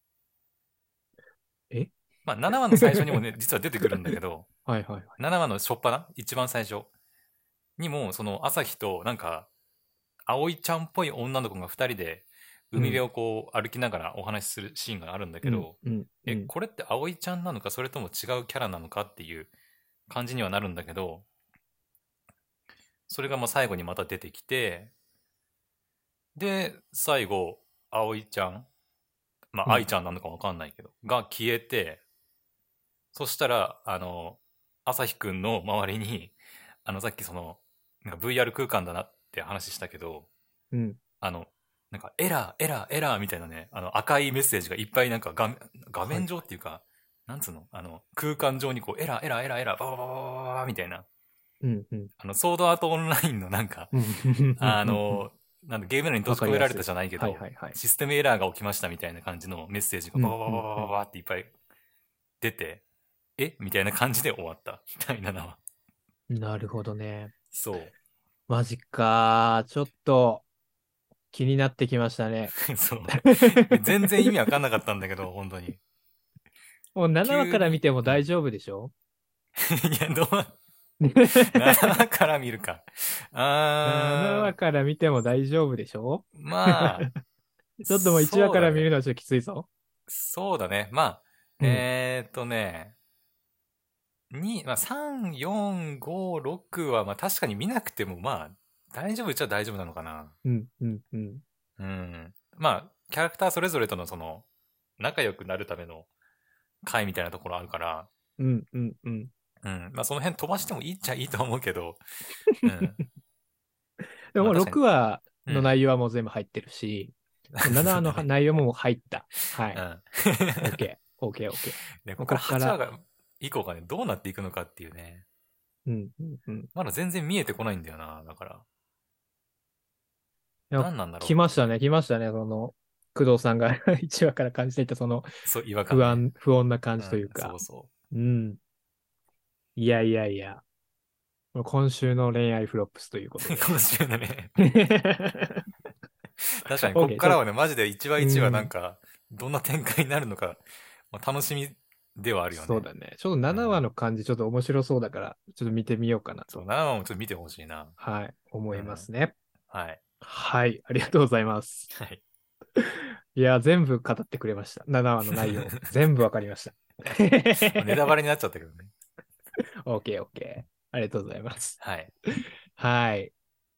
えまあ、7話の最初にもね、実は出てくるんだけど、 はいはいはい。 7話の初っ端一番最初にも、その朝日となんか、葵ちゃんっぽい女の子が2人で、海辺うんをこう歩きながらお話しするシーンがあるんだうんけど、 うんうん。 これって葵ちゃんなのか、それとも違うキャラなのかっていう感じにはなるんだけど、それがまあ最後にまた出てきて、で、最後、葵ちゃん、まあ愛うん。 ちゃんなのかわかんないけど、が消えて、そしたら、朝日くんの周りに、さっきその、なんか VR 空間だなって話したけど、 うん。 あの、なんかエラー、エラー、エラーみたいなね、赤いメッセージがいっぱいなんか画面上はいはい。 っていうか、なんつうの空間上にこう、エラー、エラー、エラー、エラー、ババババババみたいな、 うんうん。 ソードアートオンラインのなんか、 うん。うんあうんうん。 の、なんだ、ゲーム内に閉わじ込められたかりやすい。 じゃないけど、 はいはいはい。 システムエラーが起きましたみたいな感じのメッセージがうんババババうんうん。 バババっていっぱい出て、みたいな感じで終わった。第7話。 なるほどね。 そマジか。ちょっと気になってきましたね。 う。そう。全然意味わかんなかったんだけど、本当に。 もう7話から見急に、うん。 ても大丈夫でしょ？ いや、7話から見るか。 7話から見ても大丈夫でしょ？ まあ、 ちょっともう1話から見るそうだね。 のはちょっときついぞ。 そうだね。まあ、 うん。 まあ、3、4、5、6は、まあ確かに見なくても、まあ、大丈夫っちゃ大丈夫なのかな。 うんうんうん。 うん。まあ、キャラクターそれぞれとのその、仲良くなるための会みたいなところあるから、 うんうんうん。 うん。まあその辺飛ばしてもいいっちゃいいと思うけど、うん。 でももうまあ確かに、 6話のうん。 内容はもう全部入ってるし、もう7話のそうだね。 内容ももう入った。はい。 うん。 OK。OK、OK。 で、こもうこから8話こっから、 以降がね、どうなっていくのかっていうね。 うんうんうん。いまだ全然見えてこないんだよな。だから、 や、 何なんだろうっていう。 来ましたね、来ましたね。工藤さんが1話から感じていたそう、違和感ね。 不穏な感じとうん、 いうか。 そうそうん。いやいやいや。今週の恋愛フロップスということう。 で。 今週のね。確かに、こっ OK、ちょっと、 からはね、マジで一話一話なんうん。 か、どんな展開になるのか、まあ、楽しみではあるよね。 そうだね。ちょっと7話うん。 の感じ、ちょっと面白そうだから、ちょっと見てみようかなそう、 と。 7話もちょっと見てほしいな。 はい、思いまうん。 すね。 はい。 はい、ありがとうございます。 はい。 いや、全部語ってくれました。7話の内容。全部わかりました。 まあネタバレになっちゃったけどね。 OK、OK。ありがとうございます。 はい。 はい。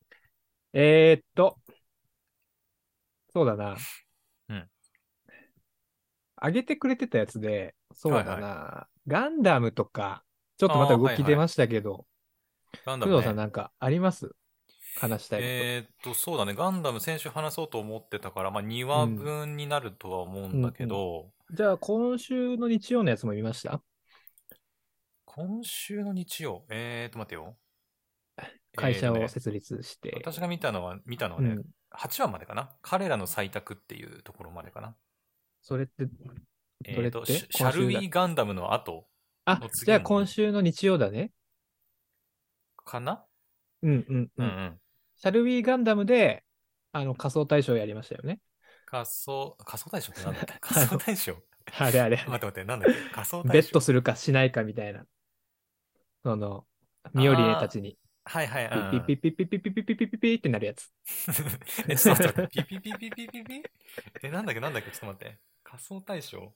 そうだな。 うん。 上げてくれてたやつで、そうだはいはい。 な。ガンダムとか、ちょっとまたああ、はいはい。 動き出ましたけど、工藤さんガンダムね。 なんかあります？話したいこと。 そうだね。ガンダム先週話そうと思ってたから、まあ2話うん。 分になるとは思うんだうんうん。 けど、 じゃあ、今週の日曜のやつも見ました？ 今週の日曜、待てよ。 会社をね、 設立して。 私が見たのはね、 うん。 8話までかな。彼らの採択っていうところまでかな。 それって、どれってシャルウ今週だ。 ィーガンダムの後あ、 のじゃあ今次に、 週の日曜だね。 かなうんうんうん。 うんうん。 シャルウィーガンダムで、仮想大賞やりましたよね。 仮想大賞ってなんだっけ仮あの、 想大賞あれあれあれ。 待って待って、なんだっけ仮想大賞ベットするかしないかみたいな。その、 ミオリネたちに。 はいはい、 ピピピピピピピピピピピピってなるやつ。 ちょっと待って、ピピピピピピピなんだっけ、ちょっと待って。仮想対象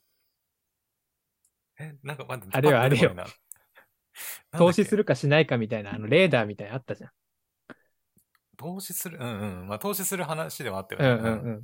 なんか待って、 あれよ、あれよ。投資するかしないかみたいな、レーダーみたいなのあったじゃん。 投資する、まあ投資する話ではあったよね。 うんうんうん。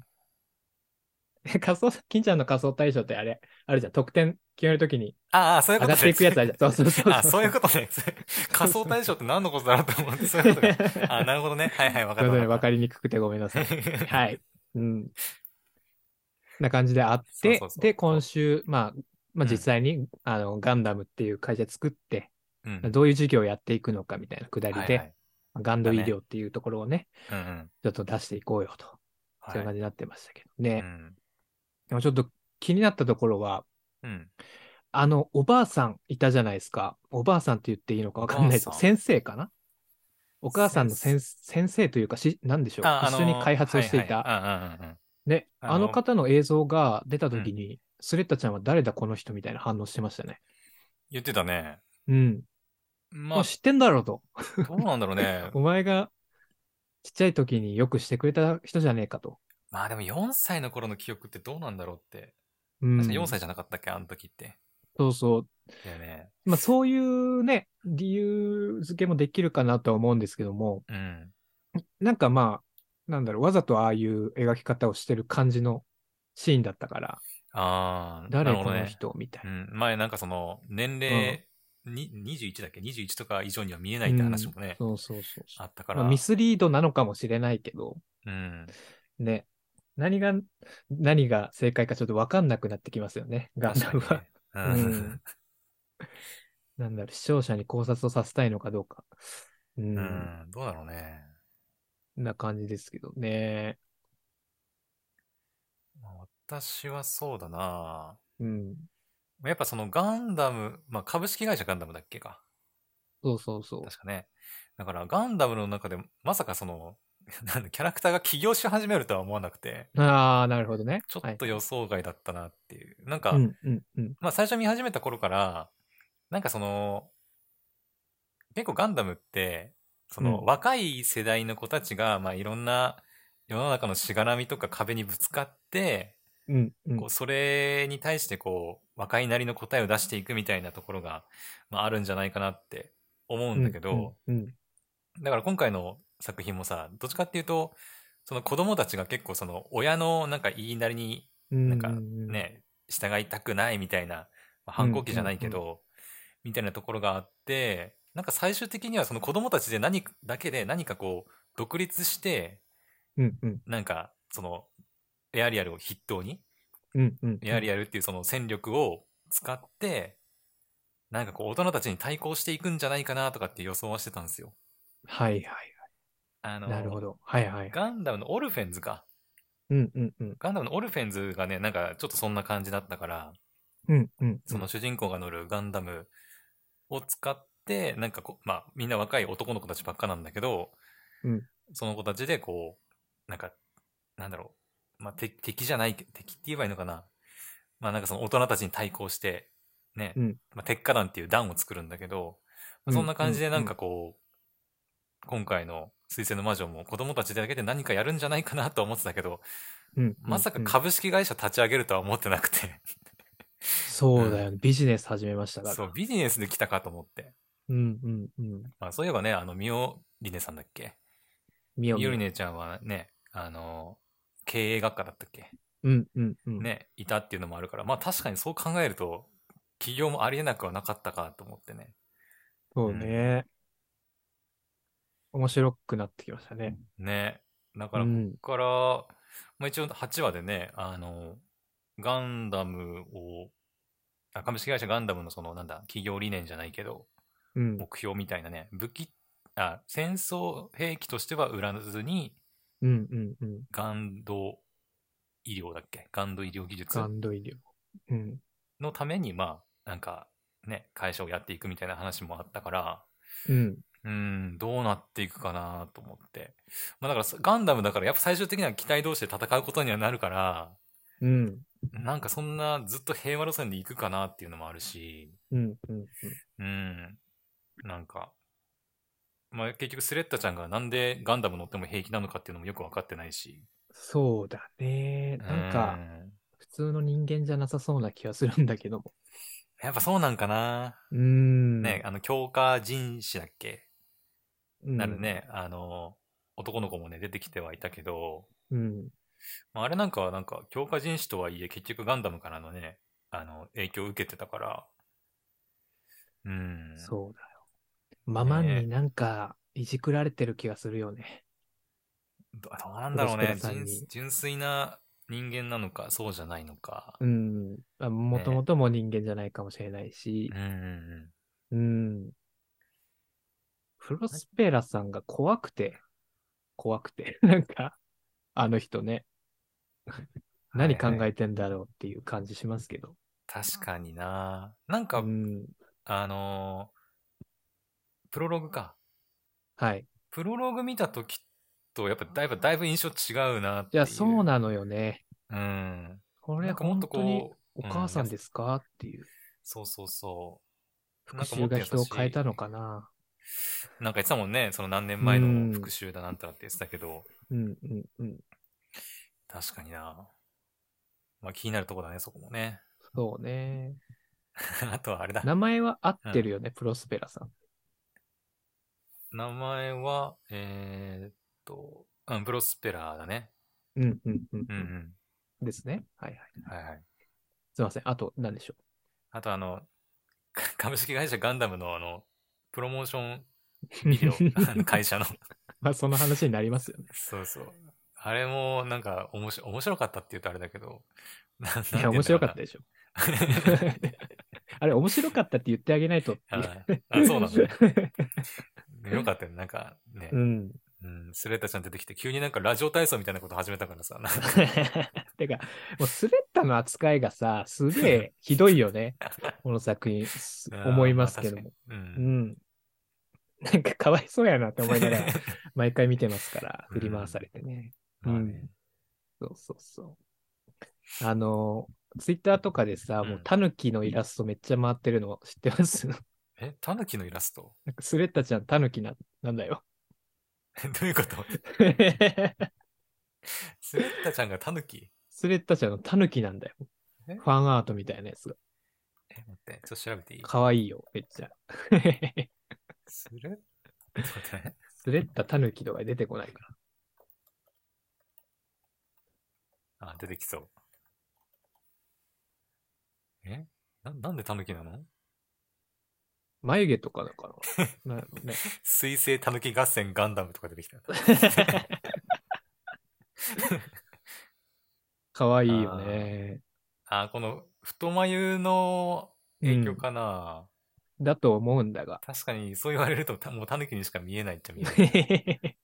金ちゃんの仮想対象ってあれじゃん、得点決めるときにそういうことね。 上がっていくやつあるじゃん。そうそうそうそういうことね。仮想対象って何のことだろうと思って、そういうことか。なるほどね。はいはい、わかったわかった。 わかりにくくてごめんなさい。はい。うん。な感じであって、で、今週、実際に、ガンダムっていう会社作って、どういう事業をやっていくのかみたいなくだりで、ガンド医療っていうところをね、ちょっと出していこうよと。そういう感じになってましたけどね。でもちょっと気になったところは、おばあさんいたじゃないですか。おばあさんって言っていいのかわかんないですけど、先生かな。お母さんの先生というかなんでしょう。一緒に開発をしていた。ね、あの方の映像が出たときに、スレッタちゃんは誰だこの人みたいな反応してましたね。 言ってたね。 うん。まあ、知ってんだろうと。 どうなんだろうね。 お前がちっちゃい時によくしてくれた人じゃねえかと。 まあでも4歳の頃の記憶ってどうなんだろうって。 うん。 確か4歳じゃなかったっけ、あの時って。 そうそう。 だよね。 まあそういうね、理由付けもできるかなとは思うんですけども、なんかなんだろう、わざとああいう描き方をしてる感じのシーンだったから、誰この人みたいな。前なんかその、年齢、21だっけ ?21 とか以上には見えないって話もね、 そうそうそう。 あったから。 ミスリードなのかもしれないけど、ね、何が正解かちょっとわかんなくなってきますよね、ガンダムは。なんだろう、視聴者に考察をさせたいのかどうか。 どうだろうね。 な感じですけどね。 私はそうだな。 うん。 やっぱそのガンダム、株式会社ガンダムだっけか。 そうそうそう。 確かね。だからガンダムの中でまさかその、キャラクターが起業し始めるとは思わなくて。 ああ、なるほどね。 ちょっと予想外だったなっていう。なんか、 うんうんうん。 最初見始めた頃から、なんかその、結構ガンダムって、その若い世代の子たちが、いろんな世の中のしがらみとか壁にぶつかって、こうそれに対してこう、若いなりの答えを出していくみたいなところが、あるんじゃないかなって思うんだけど、だから今回の作品もさ、どっちかっていうと、その子供たちが結構その親のなんか言いなりになんかね、従いたくないみたいな、反抗期じゃないけど、みたいなところがあって、なんか最終的にはその子供たちでだけで何かこう、独立して、なんかそのエアリアルを筆頭に、エアリアルっていうその戦力を使って、なんかこう大人たちに対抗していくんじゃないかなとかって予想はしてたんですよ。 はいはいはい。なるほど。はいはい。 ガンダムのオルフェンズか。ガンダムのオルフェンズがね、なんかちょっとそんな感じだったから、その主人公が乗るガンダムを使って、なんかみんな若い男の子たちばっかなんだけど、その子たちでこう、なんか、なんだろう、敵じゃない、敵って言えばいいのかな。なんかその大人たちに対抗して、ね、鉄火団っていう団を作るんだけど、そんな感じでなんかこう、今回の水星の魔女も子供たちだけで何かやるんじゃないかなと思ってたけど、まさか株式会社立ち上げるとは思ってなくてそうだよね、ビジネス始めましたから。 そう、ビジネスで来たかと思って。そういえばね、ミオリネさんだっけ、ミオリネちゃんはね、経営学科だったっけ、ね、いたっていうのもあるから、確かにそう考えると、起業もありえなくはなかったかと思ってね。 そうね。面白くなってきましたね。 ね。だから、こっから、一応8話でね、ガンダムを、株式会社ガンダムのその、なんだ、企業理念じゃないけど、目標みたいなね、戦争兵器としては売らずに、ガンド医療だっけ、ガンド医療技術ガンド医療。 のために、なんか、ね、会社をやっていくみたいな話もあったから、どうなっていくかなと思って。だから、ガンダムだからやっぱ最終的には機体同士で戦うことにはなるから、なんかそんなずっと平和路線で行くかなっていうのもあるし、なんか、 まあ結局スレッタちゃんがなんでガンダム乗っても平気なのかっていうのもよく分かってないし。 そうだね。なんか、普通の人間じゃなさそうな気がするんだけども。 やっぱそうなんかな。ね、強化人士だっけ、なるね、男の子もね、出てきてはいたけど、まあ、あれなんかはなんか強化人士とはいえ結局ガンダムからのね、影響を受けてたから、 そうだよ。ママンになんかいじくられてる気がするよね。 どうなんだろうね。純粋な人間なのか、そうじゃないのか。 もともとも人間じゃないかもしれないし。プロスペラさんが怖くて、なんか、あの人ね。何考えてんだろうっていう感じしますけど。 確かにな。なんか、プロローグか。 はい。 プロローグ見たときと、やっぱだいぶ印象違うなっていう。 いや、そうなのよね。これなんかもっと本当にお母さんですかっていう。 そうそうそう。 復讐が人を変えたのかな。 なんか言ってたもんね。その何年前の復讐だなんたらって言ってたけど。確かにな。まあ気になるとこだね、そこもね。 そうね。 あとはあれだ。 名前は合ってるよね、プロスペラさん。 名前は、プロスペラだね。 ですね。はいはい。 はいはい。 すいません。あと、何でしょう。 あと株式会社ガンダムのプロモーションビデオ、会社のまあ、その話になりますよね。 そうそう。あれも、なんか、面白かったって言うとあれだけど、 いや、面白かったでしょ。あれ、面白かったって言ってあげないとっていう。 そうなんだね。よかったよ。なんかね、スレッタちゃん出てきて、急になんかラジオ体操みたいなこと始めたからさ。 てか、もうスレッタの扱いがさ、すげえひどいよね。この作品、思いますけども。なんかかわいそうやなって思いながら、毎回見てますから、振り回されてね。そうそうそう。ツイッターとかでさ、もうタヌキのイラストめっちゃ回ってるの知ってます？ タヌキのイラスト？ なんかスレッタちゃんタヌキなんだよ。 どういうこと？スレッタちゃんがタヌキ？ スレッタちゃんのタヌキなんだよ。ファンアートみたいなやつが。 待って、ちょっと調べていい？ かわいいよ、めっちゃ。 スレッタタヌキとか出てこないから。出てきそう。なんでタヌキなの？ 眉毛とかだからなね。 水星タヌキ合戦ガンダムとか出てきた。 かわいいよね。 この太眉の影響かな、 だと思うんだが。 確かにそう言われるともうタヌキにしか見えないっちゃ見えない。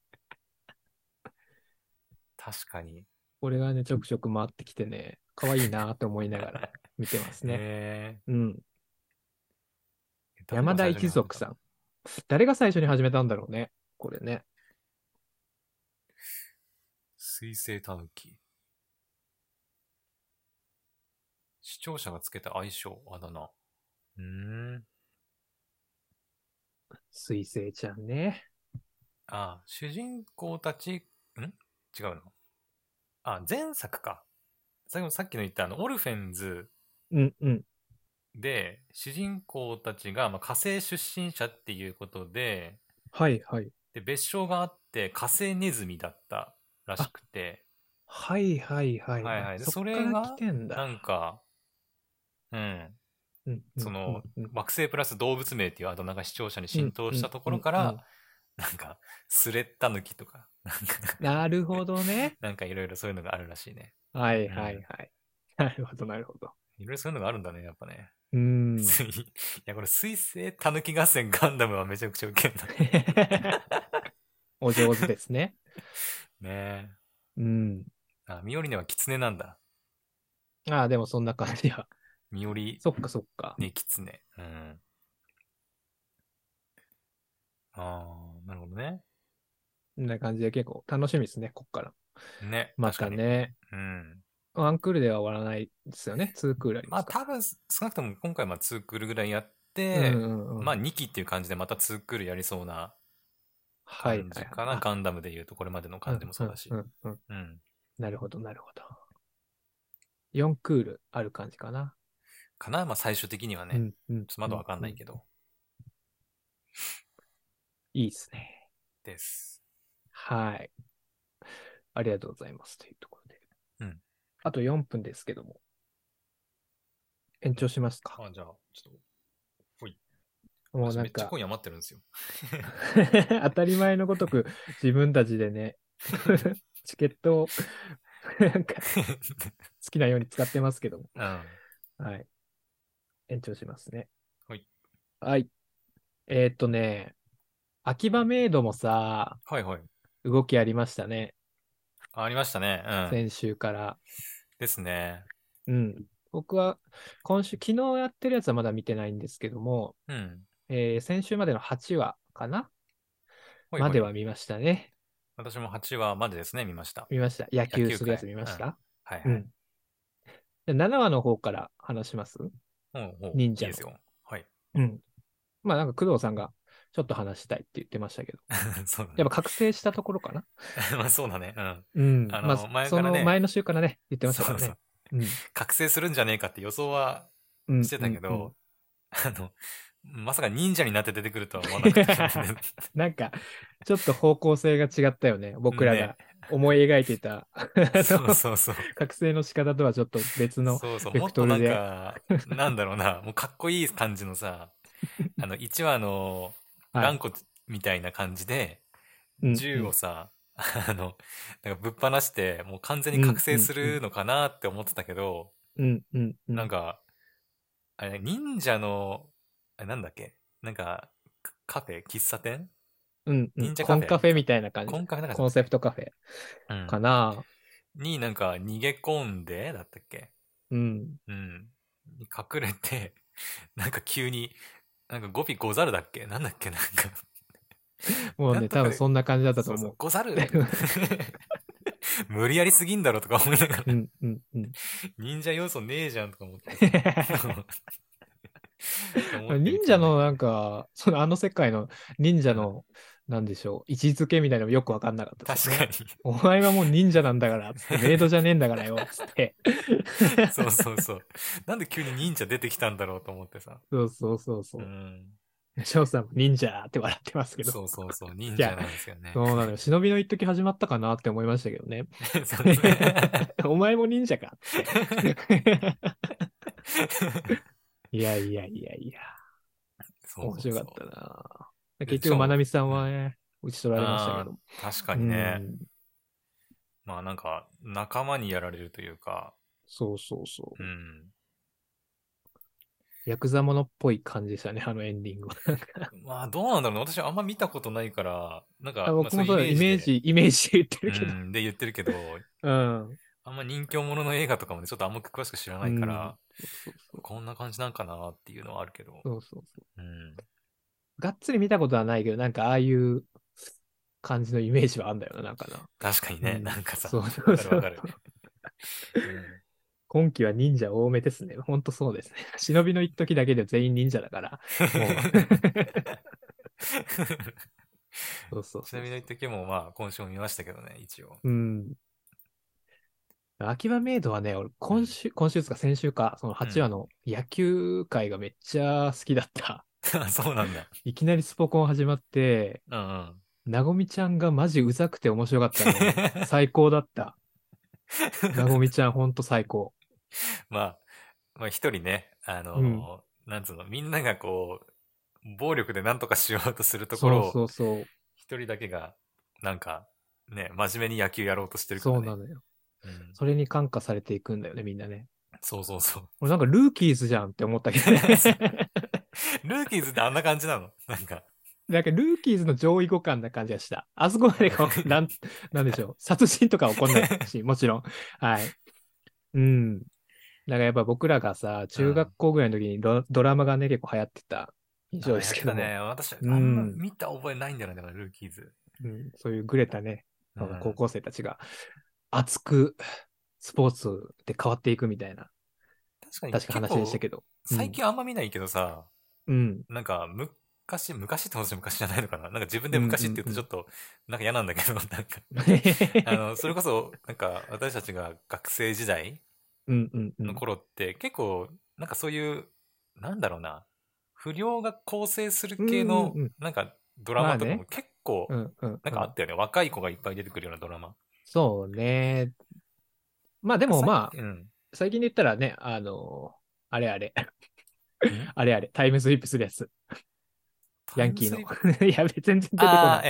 確かに。 これがね、ちょくちょく回ってきてね、かわいいなと思いながら見てますね。山田一族さん。誰が最初に始めたんだろうね。これね。 水星タヌキ。視聴者がつけた愛称、あだ名。 水星ちゃんね。 主人公たち、違うの？前作か。さっきの言ったオルフェンズで、主人公たちが、火星出身者っていうことで、 はいはい。 で、別称があって、火星ネズミだったらしくて。 はいはいはい。 はいはい。 で、それが来てんだ。 なんか、惑星プラス動物名っていうあだ名が視聴者に浸透したところから、なんか、スレッタ抜きとか、 なるほどね。 なんかいろいろそういうのがあるらしいね。 はいはいはい。なるほどなるほど。 いろいろそういうのがあるんだね、やっぱね。 いや、これ水星タヌキ合戦ガンダムはめちゃくちゃウケんな。お上手ですね。 ねえ。ミオリネはキツネなんだ。 でもそんな感じや。 ミオリ。 そっかそっか。 ね、キツネ。なるほどね。 こんな感じで結構楽しみですね、こっから。 ね。 またね。ワンクールでは終わらないですよね。ツークールありますか？ 多分、少なくとも今回ツークールぐらいやって、2期っていう感じでまたツークールやりそうな感じかな。ガンダムで言うとこれまでの感じもそうだし。 なるほど、なるほど。4クールある感じかな。 まあ最終的にはね。まだわかんないけど。 いいっすね。 です。 はい。ありがとうございます。というところで。あと4分ですけども。延長しますか。 じゃあ、ちょっと、ほい。 もうなんか。 めっちゃ今夜余ってるんですよ。 当たり前のごとく自分たちでね、チケットをなんか好きなように使ってますけども。はい。延長しますね。 はい。 はい。秋葉メイドもさ、動きありましたね。 ありましたね。 先週から。 ですね。 僕は昨日やってるやつはまだ見てないんですけども、先週までの8話かなまでは見ましたね。 私も8話までですね、見ました。 見ました。野球するやつ見ました。 はいはい。 7話の方から話します忍者の。いいですよ。 はい。 まあなんか工藤さんがちょっと話したいって言ってましたけど。 そうだね。 やっぱ覚醒したところかなまあそうだね。 まあその前の週からね、言ってましたからね。 覚醒するんじゃねえかって予想はしてたけど、まさか忍者になって出てくるとは思わなくて。 なんか、ちょっと方向性が違ったよね。僕らが思い描いていた。 そう。 覚醒の仕方とはちょっと別のベクトルで。もっとなんか、なんだろうな、もうかっこいい感じのさ、1話のランコみたいな感じで、銃をさ、なんかぶっ放して、もう完全に覚醒するのかなって思ってたけど、なんか、あれ、忍者の、なんだっけなんか、カフェ喫茶店忍者カフェコンカフェみたいな感じ。コンセプトカフェかな、 になんか逃げ込んで、だったっけに隠れて、なんか急に、なんか語尾ござるだっけなんだっけなんかもうね、多分そんな感じだったと思う。 ござる無理やりすぎんだろとか思いながら。忍者要素ねえじゃんとか思って。 忍者のなんか、あの世界の忍者の、なんでしょう、位置づけみたいなのよくわかんなかったですね。 確かに。 お前はもう忍者なんだから、つって、メイドじゃねえんだからよ、つって。 そう。なんで急に忍者出てきたんだろうと思ってさ。 そう。翔さんも忍者って笑ってますけど。 そう、忍者なんですよね。 そうなのよ。忍びの一時始まったかなって思いましたけどね。お前も忍者かって。いや。面白かったな。結局、まなみさんはね、打ち取られましたけど。 確かにね。まあなんか、仲間にやられるというか。 そう。ヤクザものっぽい感じでしたね、あのエンディングは。 まあどうなんだろうね。私あんま見たことないから、なんか、 僕もそうイメージで言ってるけど。 で言ってるけど、あんま人気者の映画とかもね、ちょっとあんま詳しく知らないから、こんな感じなんかなっていうのはあるけど。 そう。がっつり見たことはないけど、なんかああいう感じのイメージはあんだよな、なんかな。 確かにね、なんかさ、 わかる。 今期は忍者多めですね。ほんとそうですね。忍びの一時だけで全員忍者だから。そう。 ちなみに一時もまあ今週も見ましたけどね、一応。 秋葉メイドはね、俺今週ですか先週か、その8話の野球界がめっちゃ好きだった。 そうなんだ。 いきなりスポコン始まって、なごみちゃんがマジうざくて面白かったの。最高だった。なごみちゃんほんと最高。 まあ一人ね、なんつうの、みんながこう、暴力で何とかしようとするところを、一人だけが、なんか、ね、真面目に野球やろうとしてるからね。 そうなのよ。それに感化されていくんだよね、みんなね。 そう。 俺なんかルーキーズじゃんって思ったけどね。 ルーキーズってあんな感じなのなんか。 なんかルーキーズの上位互換な感じがした。あそこまでなんでしょう。殺人とか起こんないし、もちろん。はい。だからやっぱ僕らがさ、中学校ぐらいの時にドラマがね、結構流行ってた印象ですけども。 ね、私、あんま見た覚えないんだよね、ルーキーズ。 そういうグレたね、高校生たちが熱くスポーツで変わっていくみたいな。確か話でしたけど。 最近あんま見ないけどさ、なんか、 昔ってほど昔じゃないのかな。なんか自分で昔って言うとちょっと、なんか嫌なんだけど、なんか、それこそ、なんか私たちが学生時代の頃って結構、なんかそういう、なんだろうな、不良が構成する系の、なんかドラマとかも結構、なんかあったよね。若い子がいっぱい出てくるようなドラマ。 そうね。まあでもまあ、最近で言ったらね、あれあれ。あれあれ、タイムスリップするやつ。ヤンキーの。やべ、全然出てこない。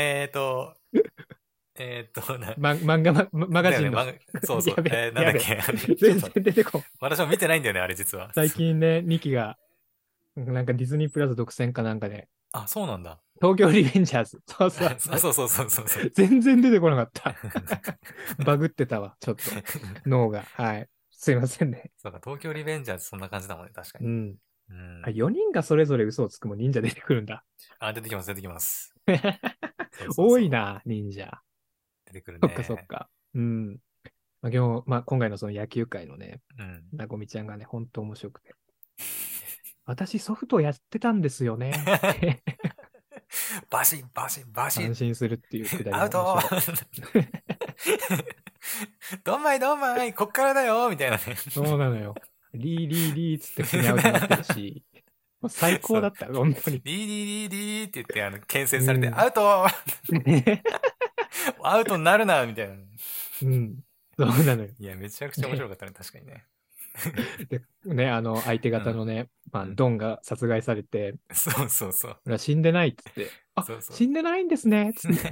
漫画、マガジンの。 そうそう。なんだっけ。 全然出てこん。 私も見てないんだよね、あれ実は。 最近ね、2期が、なんかディズニープラス独占かなんかで。 あ、そうなんだ。 東京リベンジャーズ。そうそう。 そう。 全然出てこなかった。バグってたわ、ちょっと。脳が。はい。すいませんね。 そうか、東京リベンジャーズそんな感じだもんね、確かに。 あ、4人がそれぞれ嘘をつくも忍者出てくるんだ。 あ、出てきます、出てきます。 多いな、忍者。 出てくるね。 そっかそっか。まあ、今回のその野球界のね、なごみちゃんがね、本当面白くて。私ソフトやってたんですよね。 バシッ、バシッ、バシッ。 安心するっていうくだりアウトどんまいどんまいこっからだよみたいなね。 そうなのよ。リーリーリーっつって普通にアウトになってるし、もう最高だった、本当に。 リーリーリーリーって言って、牽制されて、アウトアウトになるなみたいな。 そうなのよ。 いや、めちゃくちゃ面白かったね、確かにね。 で、ね、相手方のね、ドンが殺害されて、 そう。 俺は死んでないっつって、死んでないんですねっつって。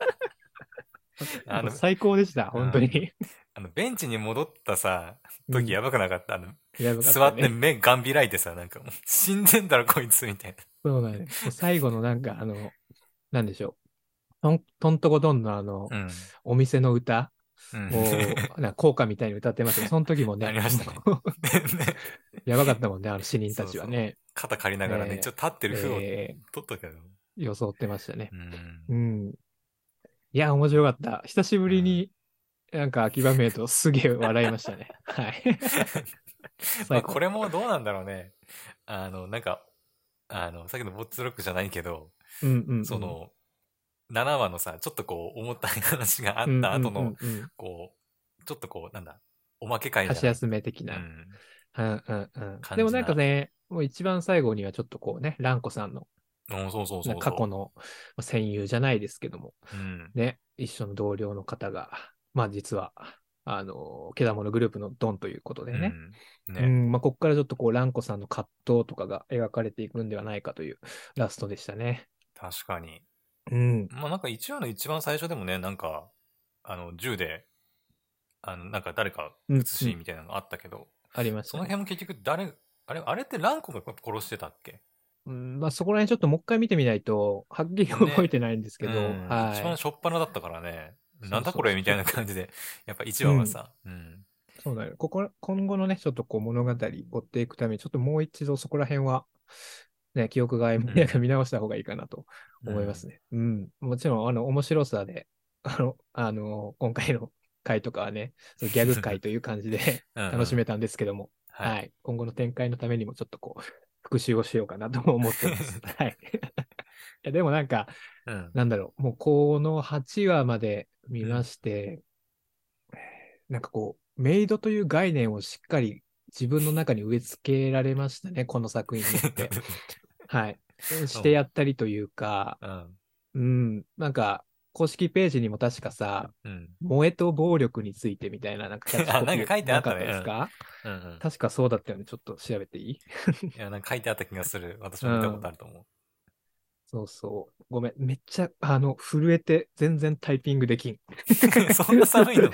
最高でした、本当に。 ベンチに戻ったさ、時やばくなかった。 やばかったね、 座って目ガン開いてさ、なんかもう死んでんだろこいつみたいな。 そうだね。最後のなんかなんでしょう。トントコドンのお店の歌を、なんか効果みたいに歌ってましたけど、その時もね、 ありましたね。 やばかったもんね、死人たちはね。 肩借りながらね、ちょっと立ってる風を取ったけど。 装ってましたね。いや、面白かった。久しぶりになんか秋葉メイトすげえ笑いましたね。はい。 まあこれもどうなんだろうね。なんか、さっきのボッツロックじゃないけど、その、7話のさ、ちょっとこう、重たい話があった後の、こう、ちょっとこう、なんだ、おまけ会じゃない。 箸休め的な。でもなんかね、もう一番最後にはちょっとこうね、蘭子さんの、過去の戦友じゃないですけども、ね、一緒の同僚の方が、まあ実は、けだものグループのドンということでね。まあここからちょっとこう、蘭子さんの葛藤とかが描かれていくんではないかというラストでしたね。 確かに。まあなんか1話の一番最初でもね、なんか、銃で、なんか誰か撃つシーンみたいなのあったけど、 ありました、 その辺も結局あれって蘭子が殺してたっけ？ まあそこら辺ちょっともう一回見てみないと、はっきり覚えてないんですけど、はい。 一番初っ端だったからね、なんだこれみたいな感じで、やっぱ1話はさ、 そうだよ。今後のね、ちょっとこう物語追っていくために、ちょっともう一度そこら辺は、ね、記憶が見直した方がいいかなと思いますね。もちろん、面白さで、今回の回とかはね、そのギャグ回という感じで楽しめたんですけども、はい。今後の展開のためにもちょっとこう、復習をしようかなと思ってます。はい。でもなんか、なんだろう、もうこの8話まで見まして、なんかこう、メイドという概念をしっかり自分の中に植え付けられましたね、この作品によって。はい。してやったりというか、なんか、公式ページにも確かさ、萌えと暴力についてみたいな、なんかキャッチコピーなかったですか？確かそうだったよね。ちょっと調べていい？ いや、なんか書いてあった気がする。私も見たことあると思う。 そうそう。ごめん。めっちゃ、震えて全然タイピングできん。 そんな寒いの？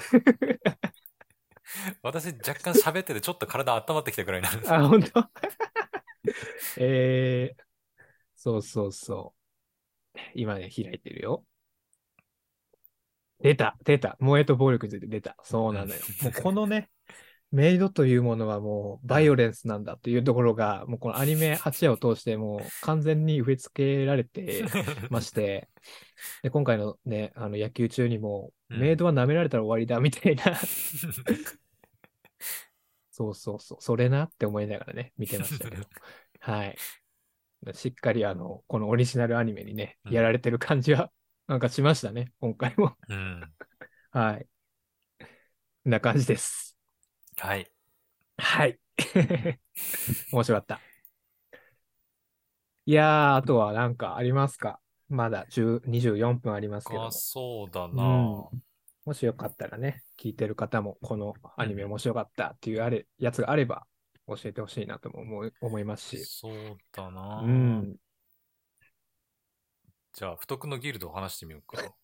私若干喋っててちょっと体温まってきたくらいになる。 あ、本当？そうそうそう。今ね、開いてるよ。出た。萌えと暴力について出た。そうなのよ。もうこのね、メイドというものはもうバイオレンスなんだというところが、もうこのアニメ8話を通してもう完全に植え付けられてまして、で今回のね、野球中にも、メイドは舐められたら終わりだみたいなそう、それなって思いながらね、見てましたけど。はい。 しっかりこのオリジナルアニメにね、やられてる感じは、なんかしましたね、今回も。 うん。 はい。こんな感じです。 はい。 はい。面白かった。いやー、あとはなんかありますか？まだ24分ありますけども。 そうだうん。 な。 もしよかったらね、聞いてる方もこのアニメうん。 面白かったっていうやつがあれば教えてほしいなとも思いますし。 そうだうな。 ん。 じゃあ、不徳のギルドを話してみようか。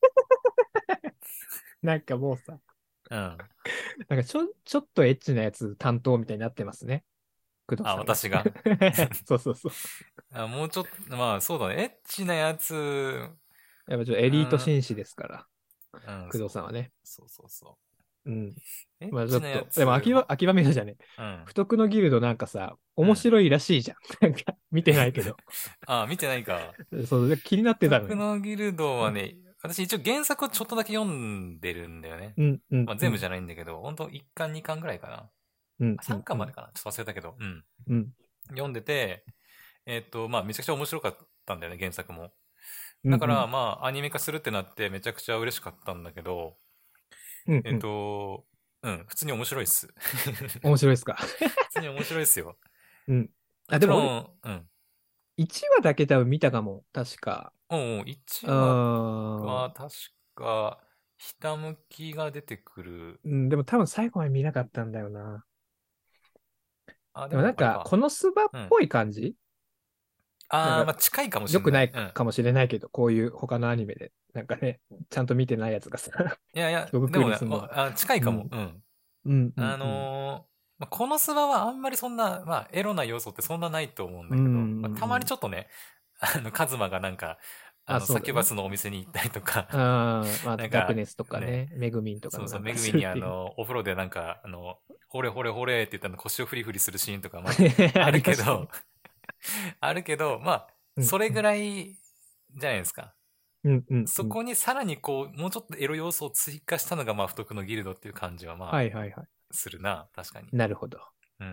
なんかもうさ、 うん。 なんかちょっとエッチなやつ担当みたいになってますね。工藤あ、 さんが。 私が。 そうそうそう。 もうちょっと、まあそうだね。エッチなやつ、 やっぱちょっとエリート紳士ですから、 うん、 工藤さんはね。 そうそうそうん。 う。エッまあちょチっと、でもなやつ、 諦めるじゃねえ。 うん。 不徳のギルドなんかさ、 うん。 面白いらしいじゃん。なんか、見てないけど。 あ、見てないか。 そう、で気になってたのよ。 不徳のギルドはね、私一応原作をちょっとだけ読んでるんだよね。 うん、うん、 まあ、 うん、 全部じゃないんだけど、ほんと1巻2巻ぐらいかな。 うん、うん、 3巻うん、 までかな。ちょっと忘れたけど、うん。 うん、 読んでて、まあめちゃくちゃ面白かったんだよね、原作も。 うん、 だからうん、 まあアニメ化するってなってめちゃくちゃ嬉しかったんだけど、 うん、 えっうん。 と、普通に面白いっす。 面白いですか？ 普通に面白いっすよ。 うん。あ、 もでも俺、 ちろん、 1話だけ多分見たかも。確か。う 1話ーん。 は確か、ひたむきが出てくる。 うん、でも多分最後まで見なかったんだよな。 あ、ででもなんか、 もあれか。 このスバっうん。 ぽい感じなんか、 まあ近いかもし良くんない。 ないかもしれないけど、こういう他のアニメで、なんかね、ちゃんと見てないやつがさ、 いやいや、 一括でもね、 りすんのは。 近いかも。 うん、 うん。 うん、うん、うん。 まあ、このスバはあんまりそんな、まあ、エロな要素ってそんなないと思うんうん、 だけど、まあ、たまうん。 にちょっとね、カズマがなんか、 あ、そうだね。 サキュバスのお店に行ったりとか、 ああ、まあ、 なんか、 ダークネスとかね、 ね、メグミンとかそうそう、 のなんかめぐみにするっていう。 お風呂でなんか、ほれほれほれって言ったの腰をフリフリするシーンとか、まあ、ああるけど、 りましたね。 あるけど、まあ、 うん、 それぐうん、 らいじゃないですか。 うん、うん。うん。 そこにさらにこう、もうちょっとエロ要素を追加したのが、まあ、不徳のギルドっていう感じは、まあ、 はい、はい、はい。 するな、確かに。 なるほど。 うん。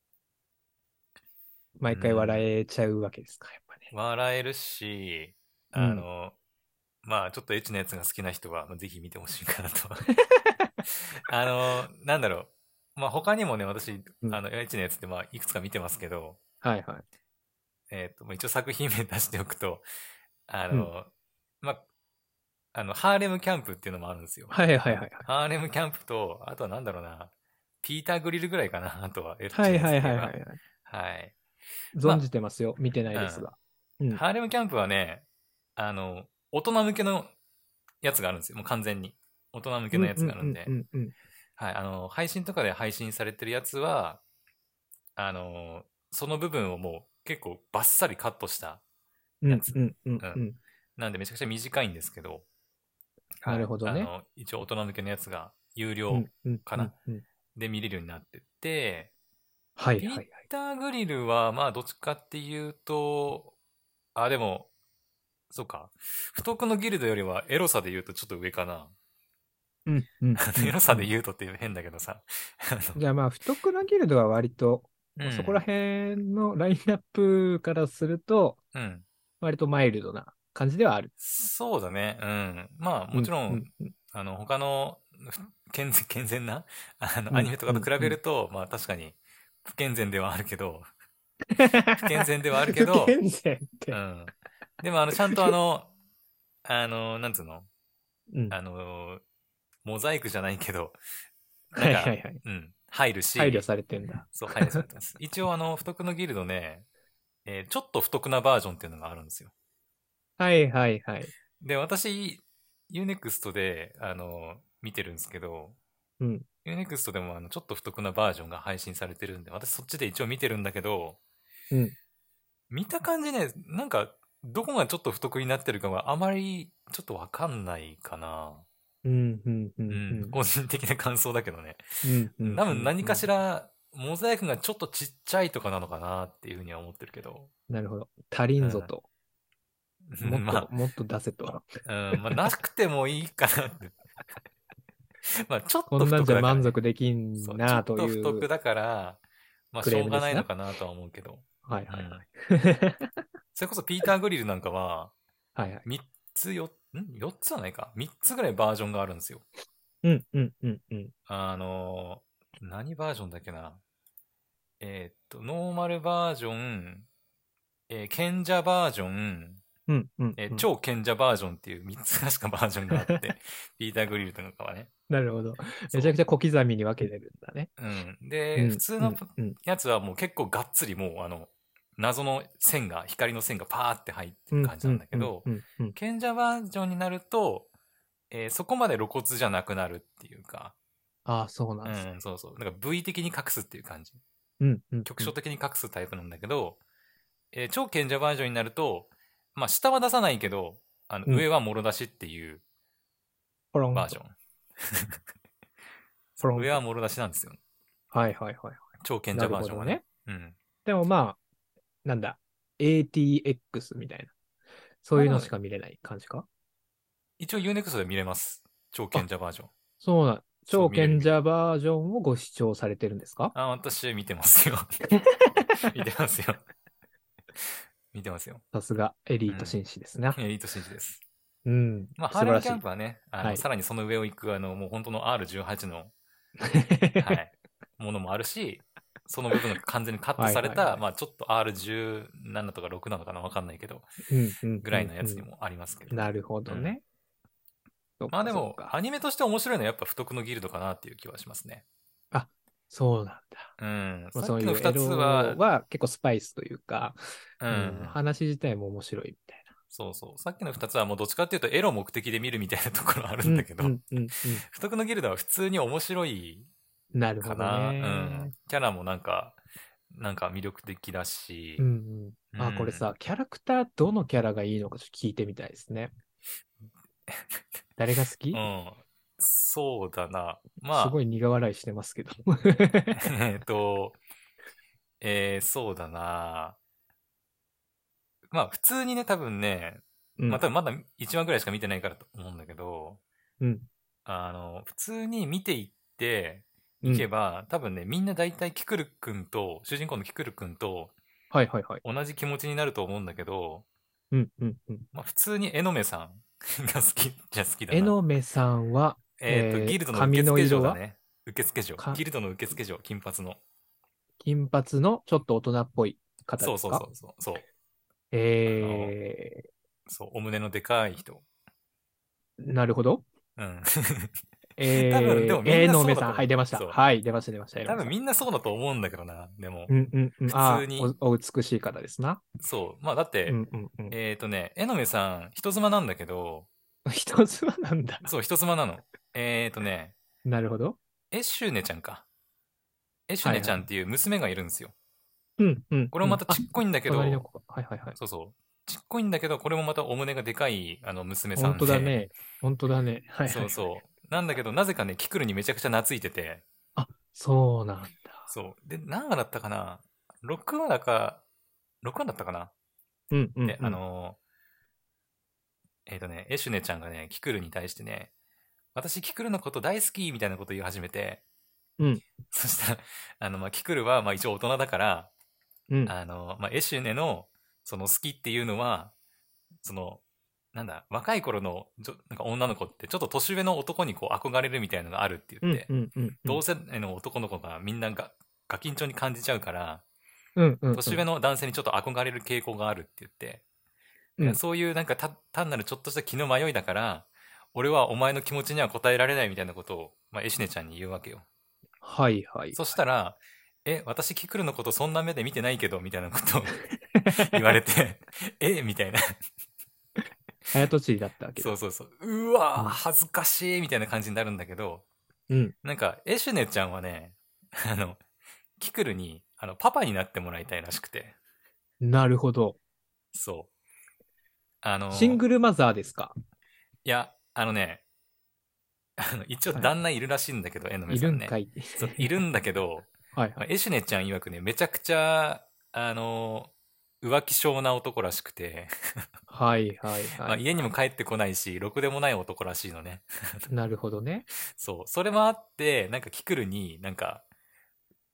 う毎回笑ん。 えちゃうわけですか、やっぱね。 笑えるし、 うん。 まあ、ちょっとエッチなやつが好きな人は、まあぜひ見てほしいかなと。なんだろう。まあ、他にもね、私、 うん。 エッチなやつって、まあ、いくつか見てますけど、 はい、はい。 まあ一応作品名出しておくと、あうん。 の、まあ、ハーレムキャンプっていうのもあるんですよ。 はい、はい、はい。はい。 ハーレムキャンプと、あとはなんだろうな、ピーターグリルぐらいかな、あとは、エッチなはい、はい、はい、 やつで言えば。 はい。はい。 はい。 存じまてますよ。見てなあ、うん。 いですが。うん。 ハーレムキャンプはね、大人向けのやつがあるんですよ。もう完全に。大人向けうん、 のやつうん、うん、うがあるんで。 ん、うん。 はい。配信とかで配信されてるやつは、あの、その部分をもう結構バッサリカットしたうん、 やつ。 うん、うん、 うん。 うん。 なんでめちゃくちゃ短いんですけど、 なはい。 るほどね。 一応大人向けのやつが有料うん、うん、 かなうん、うん。 で見れるようになってて、 はい、 ピーはい、はい。 ターグリルは、まあ、どっちかっていうと、でも、そうか。不徳のギルドよりはエロさで言うとちょっと上かな。 うん、うん、うエん、 ロさでうん。 言うとっていう変だけどさ。 じゃあまあ、不徳のギルドは割と、そこらうん。 辺のラインナップからすると、 うん。 割とマイルドな感じではある。 そうだね。うん。まあ、 うん、 もちろん、 うん、うん、 他の、健全な、アニうん、うん、 メとかと比うん。 べると、まあ確かに、不健全ではあるけど、不健全ではあるけ不ど、 健全って。 うん。でも、ちゃんとなんつうのうん。 あの、モザイクじゃないけど、なんはいはか、 いはい。 入る配慮し、 されてんだ。 そう、配慮されてます。一応、不徳のギルドね、ちょっと不徳なバージョンっていうのがあるんですよ。 はいはいはい。 で、私、Unext で、見てるんですけど、 うん。 Unext でも、ちょっと不徳なバージョンが配信されてるんで、私そっちで一応見てるんだけど、 うん。 見た感じね、なんか、どこがちょっと不徳になってるかはあまりちょっとわかんないかな。 うん。うん。うん。ううん、 ん。 個人的な感想だけどね。 うん。うん。 多うん。 分何かしうん。 ら、モザイクがちょっとちっちゃいとかなのかなっていうふうには思ってるけど。 なるほど。足りうん。 んぞと。もっと、 まもっと出せと。 あ、まあ、なくてもいいかなって。まあ、ちょっと不こんなんじゃ徳だからね。 満足できそう、ちょんなっとという不徳だから、まあ、 クしょうがレームですな。 ないのかなとは思うけど。 はいはいはい。 それこそピーター・グリルなんかは、 はいはい。 3つ、4つはないか。3つぐらいバージョンがあるんですよ。 うんうんうんうん。 何バージョンだっけな。ノーマルバージョン、賢者バージョン、 うんうんうん。 超賢者バージョンっていう3つしかバージョンがあって、ピーター・グリルとかはね。 なるほど。めちゃくそちゃ小刻みに分けてるんだね。 う。うん。 うで、普んう通のんうん。 やつはもう結構がっつりもう謎の線が、光の線がパーって入ってうんる感じなんうんうんだけど、 うんうん。 賢者バージョンになると、そこまで露骨じゃなくなるっていうか、 ああ、そうなんですね。 うん、そうそう。なんか部位的に隠すっていう感じ。 うんうんうん。 局所的に隠すタイプなんだけど、超賢者バージョンになると、まあ下は出さないけど、 うん。 上はもろ出しっていうポロンと。 バージョン。そう、 ポロンと。 上はもろ出しなんですよ。 はいはいはいはい。 超賢者なるバージョンはね。 ほどね。 うん。 でもまあ、なんだ。ATX みたいな。そういうのまあでもね、 しか見れない感じか？ 一応 Unext で見れます。超あ、 賢者バージョン。 そうなん。 そう、 超賢見れる見れる。 者バージョンをご視聴されてるんですか？ あ、私見てますよ。見てますよ。見てますよ。 さすがエリートうん。 紳士ですね。 エリート紳士です。 うん。 まあ、ハーレムキ素晴らしい。 ャンプはね、 はい。 さらにその上を行く、もう本当の R18 の、はい、ものもあるし、その部分が完全にカットはいされた、 はいはい。 まあ、ちょっと R17 とか6なのかなわかんないけど、 うんうんぐらいのやうんうん。 つにもありますけど。 なるほうん。 どね。そっかまあでも、アそっか。 ニメとして面白いのはやっぱ不徳のギルドかなっていう気はしますね。 あ、そうなんだ。 うん。 まあ、 さっそういうエきの2つは、 ロは結構スパイスというか、 ううん、 ん。 話自体も面白いみたいそうそう。さっきの2つはもうどっちかっていうとエロ目的で見るみたいなところあるな。 んだけど、 うんうんうんうん。 不徳のギルドは普通に面白いなるほどかな。うん。 ね。 キャラもなんか魅力的だし、 うんうん。 うあ、これん。 さ、キャラクターどのキャラがいいのかちょっと聞いてみたいですね。誰が好き？ うん。そうだな。 すごまい苦笑いしてますけど。 あ、そうだな。まあ、普通にね、多分ね、 うん、 まあ、多分まだ1話ぐらいしか見てないからと思うんだけど、 うん、 普通に見ていっていけうん。 ば、多分ね、みんな大体キクルくんと、主人公のキクルくんとはいはいはい。 同じ気持ちになると思うんだけど、 うん、うん、うん。 まあ、普通に江ノ目さんが好きじゃ好きだな。 江目さんは、 ギルドの受髪の付嬢色はだね。受付嬢。 か、 ギルドの受付嬢、金髪の。 金髪のちょっと大人っぽい方そうですか？ そうそうそう。そう。 えそう、お胸のでかい人。 なるほど。 うん。多分、でもみんな江目さん。はい、 そうだと思う。 出ました。 そう。 はい、出ました、出ました、江多目さん。 分みんなそうだと思うんだけどな。でも、 うん、うん、うん。 普ああ、 通に、 お美しい方ですな。 そう。まあだって、 うん、うん、うん。 江ノ目さん、人妻なんだけど、 一つはなんだ。 そう、人妻なの。 なるほど。 エッシュネちゃんか。エッシュはい、はい。 ネちゃんっていう娘がいるんですよ。 うん、うん、 これもまうん。あ、 たちっこいんだけど、 隣の子が。はい、はい、はい。 そうそう。ちっこいんだけど、これもまたお胸がでかい、娘さ本んで、 当だね。本当だね。はい、はい、はい。 そうそう。なんだけど、なぜかね、キクルにめちゃくちゃ懐いてて、 あ、そうなんだ。 そう。で、何話だったかな？ 6 話だか、6話だったかな？ うん、うん、 で、 うん。 エシュネちゃんがね、キクルに対してね、私キクルのこと大好きみたいなこと言い始めて、 うん、 そしたら、まあ、キクルは、まあ一応大人だから、 うん。 まあエシュネの、その好きっていうのは、その、なんだ、若い頃のなんか女の子ってちょっと年上の男にこう憧れるみたいなのがあるって言っうん、 て、 うん、うん、うん。 同世代の男の子がみんながガキンチョに感じちゃうから、 うん、うん、うん。 年上の男性にちょっと憧れる傾向があるって言って、 うん。 そういうなんか単なるちょっとした気の迷いだから、俺はお前の気持ちには応えられないみたいなことを、まあ、エシネちゃんに言うわけよ。 はい、はい、 そしはい。 たら、私キクルのことそんな目で見てないけど、みたいなことを言われて、みたいな。 早とちりだったわけだ。 そうそうそう。うわーうん、 恥ずかしいみたいな感じになるんだけど、 うん。 なんか、エシュネちゃんはね、あの、キクルに、パパになってもらいたいらしくて。 なるほど。 そう。 シングルマザーですか？ いや、一応はい。 旦那いるらしいんだけど、江上いさんね。 るんかい。 そう、いるんだけど、 はい、はい。 まあエシュネちゃん曰くね、めちゃくちゃ、浮気性な男らしくて、 はい、はい、 まあはい、はい。 家にも帰ってこないし、ろくでもない男らしいのね。 なるほどね。 そう。それもあって、なんかキクルになんか、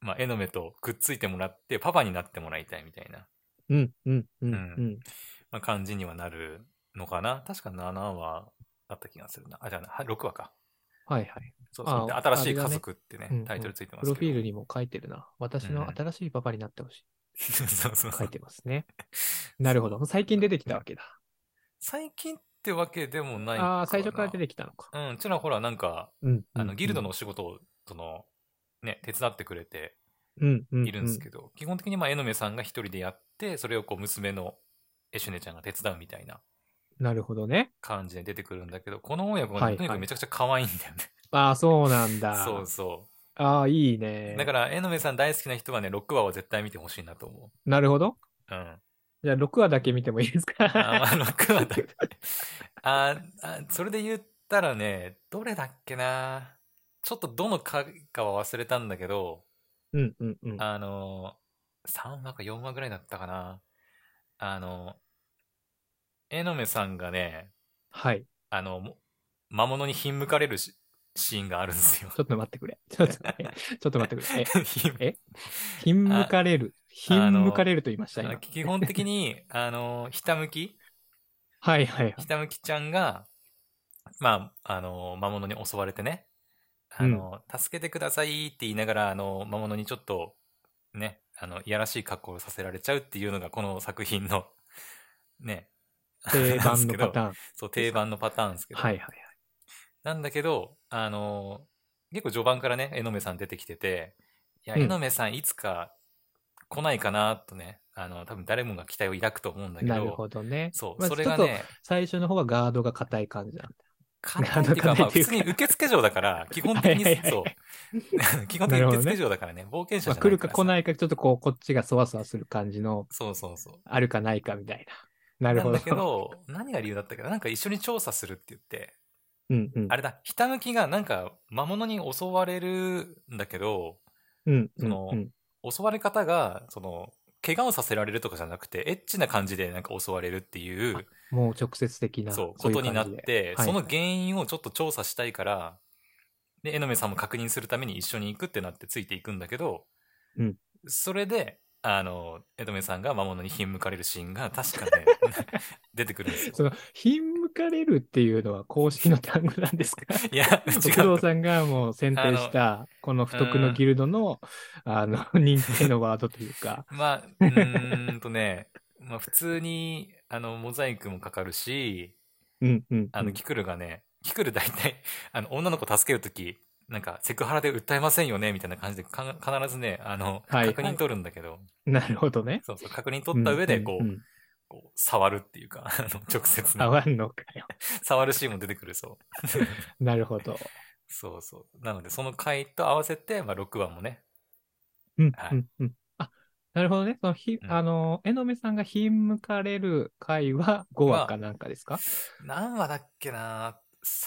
まあ、エノメとくっついてもらって、パパになってもらいたいみたいな、 うんうんうんうん。 まあ、感じにはなるのかな。確か7話あった気がするな。あ、じゃあ、6話か。 はいはい。 そうそう。で、 ああ、 新しい家あれだね。 族ってね、 うんうん。 タイトルついてまプロすけど。 フィールにも書いてるな。私のうん。 新しいパパになってほしい。 そうそうそう。 書いてますね。なるほど。 そう。 最近出てきたわけだ。 最近ってわけでもないああ、最かな。 初から出てきたのか。 うん、ちらほらなんか、 うんうんギルドうん。 のお仕事を、ね、手伝ってくれてうんういるんんうん。 ですけど、基本的にまあ、江ノ目さんが一人でやって、それをこう、娘のエシュネちゃんが手伝うみたいななるほどね。 感じで出てくるんだけど、この親子がね、とにかはいはい。 くめちゃくちゃ可愛いんだよね。 ああ、そうなんそうだ。 そああ、いいう。だかね。 ら、江ノ目さん大好きな人はね、6話は絶対見てほしいなと思なるほど。 う。うん。 じゃあ、6話だけ見てもいいですか？ まあ、6話だけ。それで言ったらね、どれだっけな。ちょっとどのかは忘れたんだけど、 うんうんうん。 あの、3話か4話ぐらいだったかな。あの、江ノ目さんがね、 はい。 魔物にひんむかれるシーンがあるんですよ。 ちょっと待ってくれ。ちょっと、ちょっと待ってくれ。 ひんえひんむあ、 かれる。ひんむかあの、 れると言いました、今。 基本的に、ひたむきはいはいはい。 ひたむきちゃんが、まあ、魔物に襲われてね、 うん。 助けてくださいって言いながら、魔物にちょっと、ね、いやらしい格好をさせられちゃうっていうのが、この作品の、ね、 定なんですけど、 番のパターンそう、 ですか？ 定番のパターンですけど、 はいはいはい。 なんだけど、結構序盤からね、江ノ目さん出てきてて、いや、 うん。 江ノ目さんいつか来ないかなとね、多分誰もが期待を抱くと思うんだけなるど、 ほどね。 そう、そまずちょっとれがね、 最初の方はガードが硬い感じなんだ。ガード硬いっていうか、まあ普通に硬いっていうか。 受付嬢だから、基本はい的に、 はいはい。 そう、基本的に受付なるほどね。 嬢だからね、冒険者まあ、 じゃな来るかいからさ。 来ないか、ちょっとこう、こっちがそわそわする感じの、 そうそうそう。 あるかないかみたいな。なるほど。 なんだけど、何が理由だったかな、なんか一緒に調査するって言って、 うんうん。 あれだ、ひたむきがなんか魔物に襲われるんだけど、 うんうその、 んうん。 襲われ方が、怪我をさせられるとかじゃなくて、エッチな感じでなんか襲われるっていあ、 う、 もう直接的な、 そう、 そういうことにな感じで。 って、そのはいはい。 原因をちょっと調査したいから、で、江上さんも確認するために一緒に行くってなってついていくんだけど、 うん。 それで、江上さんが魔物にひんむかれるシーンが確かね、出てくるんですよ。 その、ひんむかれるっていうのは公式の単語なんですか？ いや、 工藤違うと。 さんがもう選定しあの、 た、この不徳のうーん、 ギルドの、認定のワードというか。 まあ、まあ普通に、モザイクもかかるし、 うんうんうん。 キクルがね、キクル大体、女の子助けるとき、なんか、セクハラで訴えませんよねみたいな感じで必ずね、確認はいはい。 取るんだけど、 なるほどね。 そうそう、確認取うんうった上で、 んうん。 触るっていうか、直接ね、 合わんのかよ。 触るシーンも出てくる、そう。 なるほど。 そうそう。なので、その回と合わせて、まあ、6話もね、 うんはい。 うんうん。あ、なるほどね。そのひ、 うん。 江上さんがひんむかれる回は5話かは、 なんかですか？ 何話だっけな？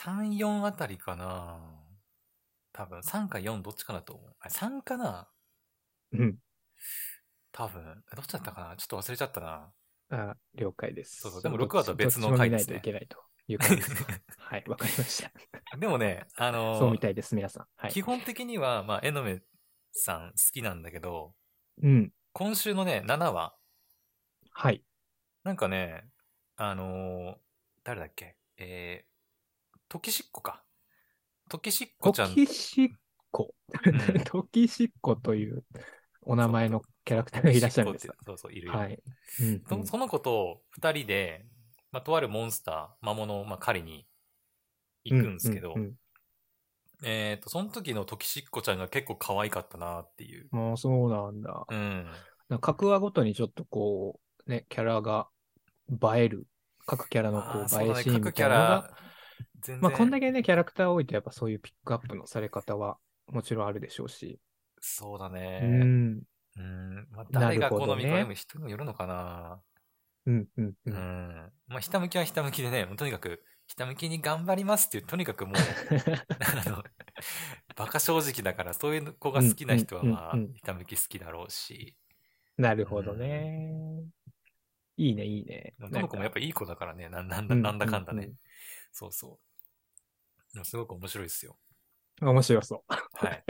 3、4あたりかな？多分、3か4どっちかなと思う。あれ、3かな？ うん。 多分、どっちだったかな？ちょっと忘れちゃったな。 あ、了解でそうそう。 す。 でも6話とはどっ別のちも見ない回ですね。 といけないという感じですか？はい、わかりました。 でもね、 そうみたいです、皆さん。はい。 基本的には、まあ、江上さん好きなんだけど、 うん。 今週のね、7話、 はい。 なんかね、誰だっけトキシッコか。トキシッコちゃん、 トキシッコ。 うん。 トキシッコというお名そう、 前のキャそう、トラクターがいらっキシッコって、 しゃるんですか？ そうそう、いるいる。 はい。うんうん。 その子と二人で、まあ、とあるモンスター、魔物を、まあ、狩りに行くんうんですけど、 うんうん。 その時のトキシッコちゃんが結構可愛かったなっていう。 もうそうなんだ。 うん。 なんか各話ごとにちょっとこう、ね、キャラが映える、各キャラのまあ、 こうそうだね。 映えシーンみ各キたいなのが、 ャラ、全まあこん然、 だけね、キャラクター多いとやっぱそういうピックアップのされ方はもちろんあるでしょうし。 そうだうね。 ん、 うん。まあ、誰がなるほ好みかでどね。 も人にもよるのかな。 うんうんううん。 ん。まあ、ひたむきはひたむきでね、もうとにかく、ひたむきに頑張りますっていう、とにかくもう、バカ正直だから、そういう子が好うんうんきな人はうんうん。 まあ、ひたむき好きだろうし。 なるうほどん。 ね。いいね、いいね。 どなんか、 の子もやっぱいい子だからね、 うんなんだかんだね。 うんうん。 そうそう。でもすごく面白いですよ。 面白そう。 はい。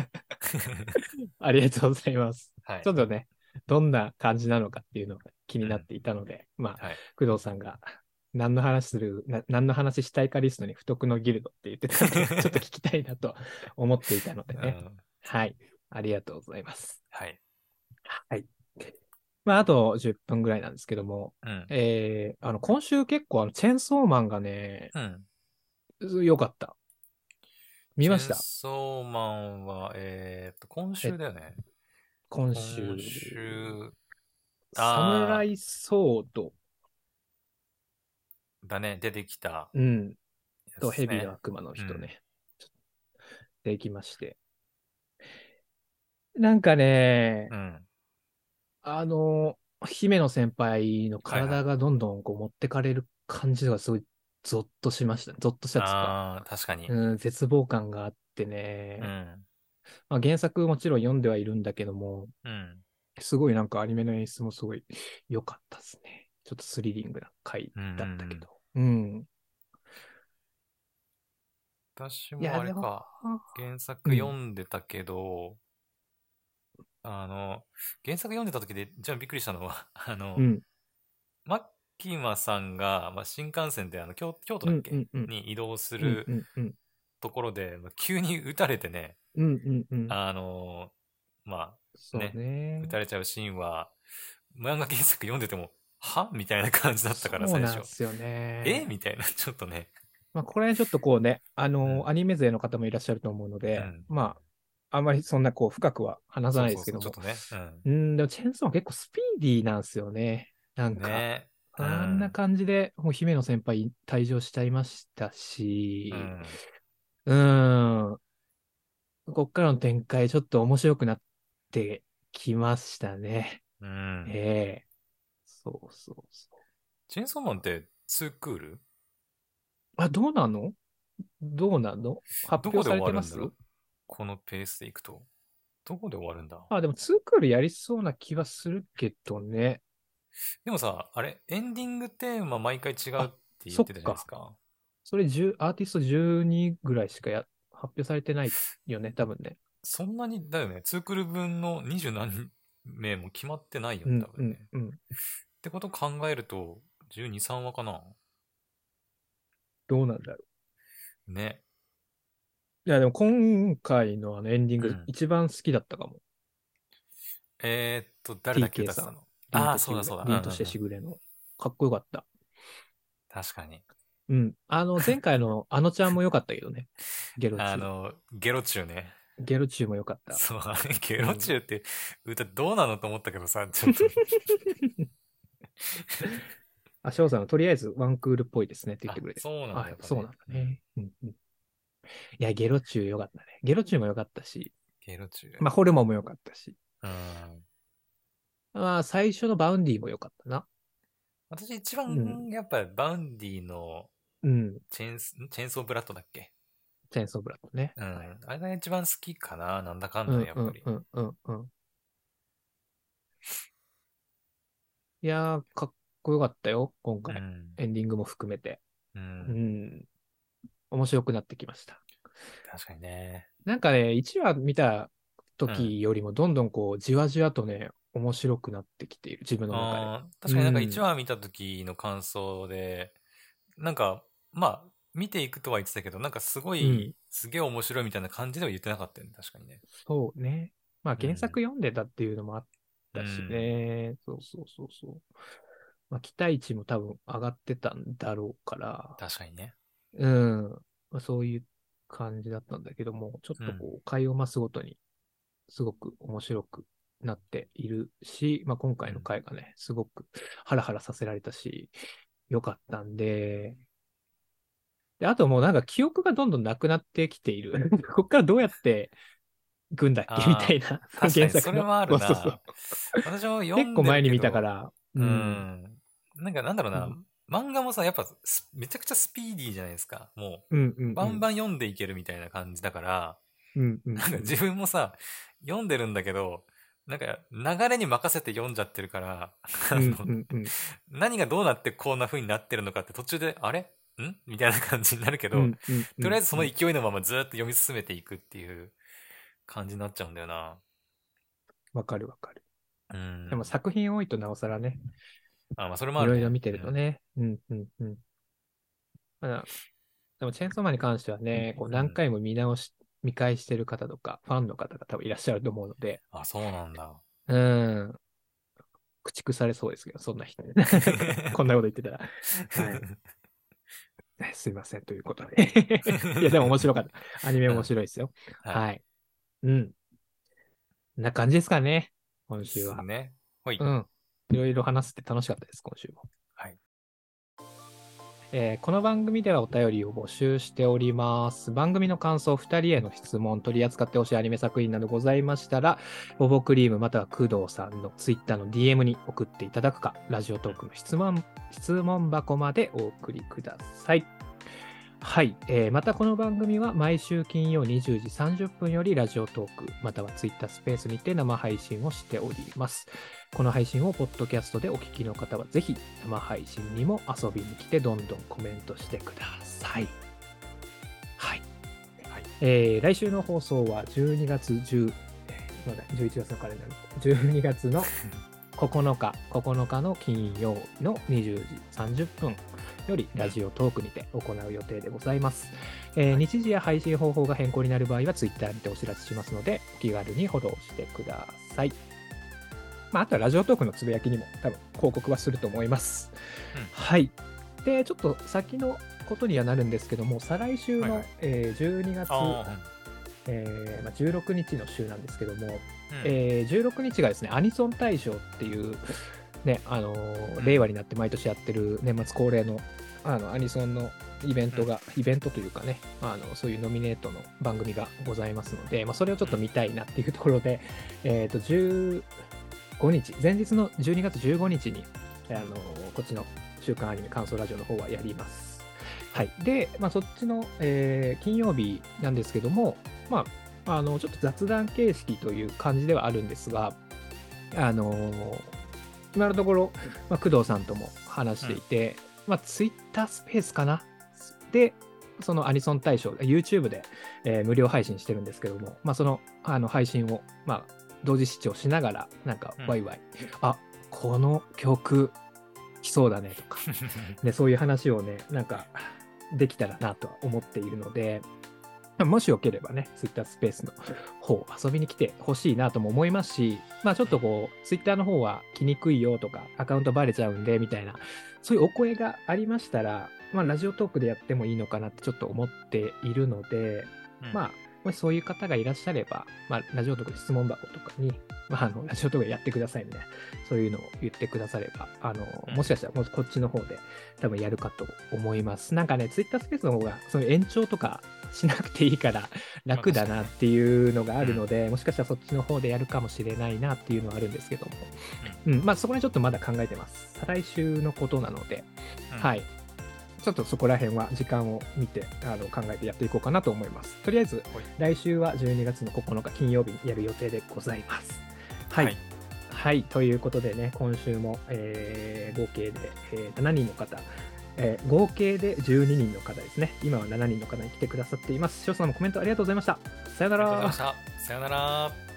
ありがとうございます。 はい。 ちょっとね、どんな感じなのかっていうのが気になっていたので、まあ、 はい。 工藤さんが何の話したいかリストに不徳のギルドって言ってたんで、ちょっと聞きたいなと思っていたのでね。はい。ありがとうございます。 はい。 はい。まあ、あと10分ぐらいなんですけども、 うん。 今週結構チェンソーマンがね、 うん。 良かった。見チェンました？ ソーマンは、今え、 週だよね。 今今週、 週、 サムラあイソード、 ー、だね、出てきたうん、 やつとですね。 蛇の悪魔のうん。 人ね、できまして。なんかね、 うん。 あの、姫野先輩のはいはい。 体がどんどんこう持ってかれる感じがすごいゾッとしました。ゾッとしたっつうか、 あー、確かに。 うん、絶望感があってね、 うん。 まあ、原作もちろん読んではいるんだけども、 うん。 すごいなんかアニメの演出もすごい良かったですね。ちょっとスリリングな回うんうんうだったけん。 ど。うん。 私いや、でも、 もあれか、原作読うん、 んでたけど、あの、原作読んでた時で、じゃあびっくりしたのは、 うん、 マッキーマさんが、まあ、新幹線で京都うん、うだっけん、うん、 に移動すうん、 るうん、うん、 ところで、まあ、急に撃たれてね、 うん、うん、うん。 あのまあそうね、撃ね。 たれちゃうシーンは、漫画原作読んでても、はみたいな感じだったからそう最初。 なんですよね。 えみたいな、ちょっとね。 まあ、これちょっとこうね、 うん。 アニメ勢の方もいらっしゃると思うので、 うん。 まあ、あんまりそんなこう深くは話さそうそうそう、 ないですけども、 ちょっとね。うん。 でもチェーンソーは結構スピーディーなんですよね。なんか、 ねえ。うあんなん。 感じで、もう姫野先輩退場しちゃいましたし、 うん。 うーん、こっからの展開ちょっと面白くなってきましたね。 うん。 ええ、そうそうそう。 チェーンソーマンって2クールあ、どうなの？どうなの？発表さどこで終れてます？ わるんだろう、このペースでいくと。どこで終わるんだ？ あ、でもツークールやりそうな気はするけどね。 でもさ、あれ、エンディングテーマ毎回違うっあ、 て言ってたじゃないですそっか。 か。 それ10、アーティスト12ぐらいしか発表されてないよね、多分ね。 そんなにだよね。2クール分の20何名も決まってないよね、多うんう分ね。 んうん。 ってこと考えると、12、3話かな。 どうなんだろね。 う。いや、でも今回のエンディンうん。 グ一番好きだったかも。 誰だっけ TK さん。 歌ってたの？ああ、そうだそうだ。うん凛としてうんうん。 しぐれの。かっこよかった。 確かに。 うん。前回のあのちゃんも良かったけどね。ゲロチュー。 ゲロチューね。 ゲロチューも良かった。 そう、あれ、ゲうん。 ロチューって歌どうなのと思ったけどさ、ちょっと。 あ、翔さんはとりあえずワンクールっぽいですねって言ってあ、 くれて。 そうなんだ、 あ、 やっぱね。 そうなんだうん。 ね。うんうん。いや、ゲロチュー良かったね。ゲロチューも良かったし、 ゲロチュー。 まあ、ホルモンも良かったし。 うん。 まあ、最初のバウンディも良かったな。 私一うん。 番、やっぱバウンディのうん。 チェーンソーブラッドだっけ？ チェーンソーブラッドね。はい。 うん。あれが一番好きかな。なんだかんだで、 うんやっぱり。 うんうんうんうん。いやー、かっこよかったよ、今回。 うん。 エンディングも含めて。ううん。 ん。面白くなってきました。 確かにね。 なんかね、1話見たうん。 時よりもどんどんこう、じわじわとね、面白くなってきている、自分の中で。 確うかになんか1 ん。 話見た時の感想で、なんか、まあ、見ていくとは言ってたけど、なんかすごうん。 い、すげえ面白いみたいな感じでは言ってなかったよね。確かにね。 そうね。まあうん。 原作読んでたっていうのもあっうたしん。 ね。そうそうそうそう。まあ期待値も多分上がってたんだろうから、 確かにね。 うん。まあ、そういう感じだったんだけども、ちょっうん。 とこう、回を増すごとにすごく面白くなっているし、まあ今回のうん。 回がね、すごくハラハラさせられたし、良かったんで、で、あともうなんか記憶がどんどんなくなってきている。こっからどうやって行くんだっけみたああ、 いな、その確かにそ原作の。 れはあそうそうそう。 るな。私も読結んでる構前に見たかけど、 ら、ううん。 ん。なんかなんだろうな。 うん、 漫画もさ、やっぱめちゃくちゃスピーディーじゃないですか。もうん、うう、 ん、うん。 バンバン読んでいけるみたいな感じだから、 うん、うん、うん。 なんか自分もさ、読んでるんだけど、なんか流れに任せて読んじゃってるから、 うん、うん、うん。 何がどうなってこんな風になってるのかって途中で、あれみたいな感じになるけど、 うん、うん、うん。 とりあえずその勢いのままずっと読み進めていくっていう感じになっちゃうんだよな。 わかるわかる。でも作品多いとなおさらね。 まあそれもあるね。 いろいろ見てるとね。うんうんうん。でもチェーンソーマンに関してはね、こう何回も見返してる方とか、ファンの方が多分いらっしゃると思うので。 そうなんだ。 駆逐されそうですけど、そんな人。こんなこと言ってたら。はい。すいません、ということで。いや、でも面白かった。アニメ面白いですよ。はい。うん。こんな感じですかね、今週は。 ね。 はい。いろいろ話して楽しかったです、今週も。 はい。 この番組ではお便りを募集しております。番組の感想、2人への質問、取り扱ってほしいアニメ作品などございましたら、ボボクリームまたは工藤さんの Twitter の DM に送っていただくか、ラジオトークの質問箱までお送りください。はい、またこの番組は毎週金曜20時30分よりラジオトークまたはツイッタースペースにて生配信をしております。この配信をポッドキャストでお聞きの方はぜひ生配信にも遊びに来てどんどんコメントしてください。はい。来週の放送は12月11月のカレンダー12月の9日の金曜の20時30分よりラジオトークにて行う予定でございます。日時や配信方法が変更になる場合は Twitter にてお知らせしますので、お気軽にフォローしてください。あとはラジオトークのつぶやきにも多分広告はすると思います。はい。で、ちょっと先のことにはなるんですけども、再来週の、12月、16日の週なんですけども、16日がですね、アニソン大賞っていう、ね、令和になって毎年やってる年末恒例のアニソンのイベントというかね、そういうノミネートの番組がございますので、それをちょっと見たいなっていうところで、15日、前日の12月15日に、こっちの週刊アニメ感想ラジオの方はやります。はい。で、そっちの、金曜日なんですけども、ちょっと雑談形式という感じではあるんですが、今のところ、工藤さんとも話していて、ツイッタースペースかなで、そのアニソン大賞、YouTube で、無料配信してるんですけども、その配信を、同時視聴しながら、なんか、ワイワイ、この曲、来そうだねとか、で、そういう話をね、なんか、できたらなとは思っているので、もしよければね、Twitter スペースの方遊びに来てほしいなとも思いますし、ちょっとこう、Twitter の方は来にくいよとか、アカウントバレちゃうんで、みたいな、そういうお声がありましたら、ラジオトークでやってもいいのかなってちょっと思っているので、もしそういう方がいらっしゃれば、ラジオトークで質問箱とかに、ラジオトークでやってくださいみたいな、そういうのを言ってくだされば、もしかしたらもうこっちの方で多分やるかと思います。なんかね、Twitter スペースの方が、その延長とかしなくていいから楽だなっていうのがあるので、もしかしたらそっちの方でやるかもしれないなっていうのはあるんですけども、そこにちょっとまだ考えてます。再来週のことなので、はい。ちょっとそこら辺は時間を見て考えてやっていこうかなと思います。とりあえず、来週は12月の9日金曜日にやる予定でございます。はい。はい。ということでね、今週も、合計で、7人の方、合計で12人の方ですね。今は7人の方に来てくださっています。翔さんもコメントありがとうございました。さよなら。 ありがとうございました。さよなら。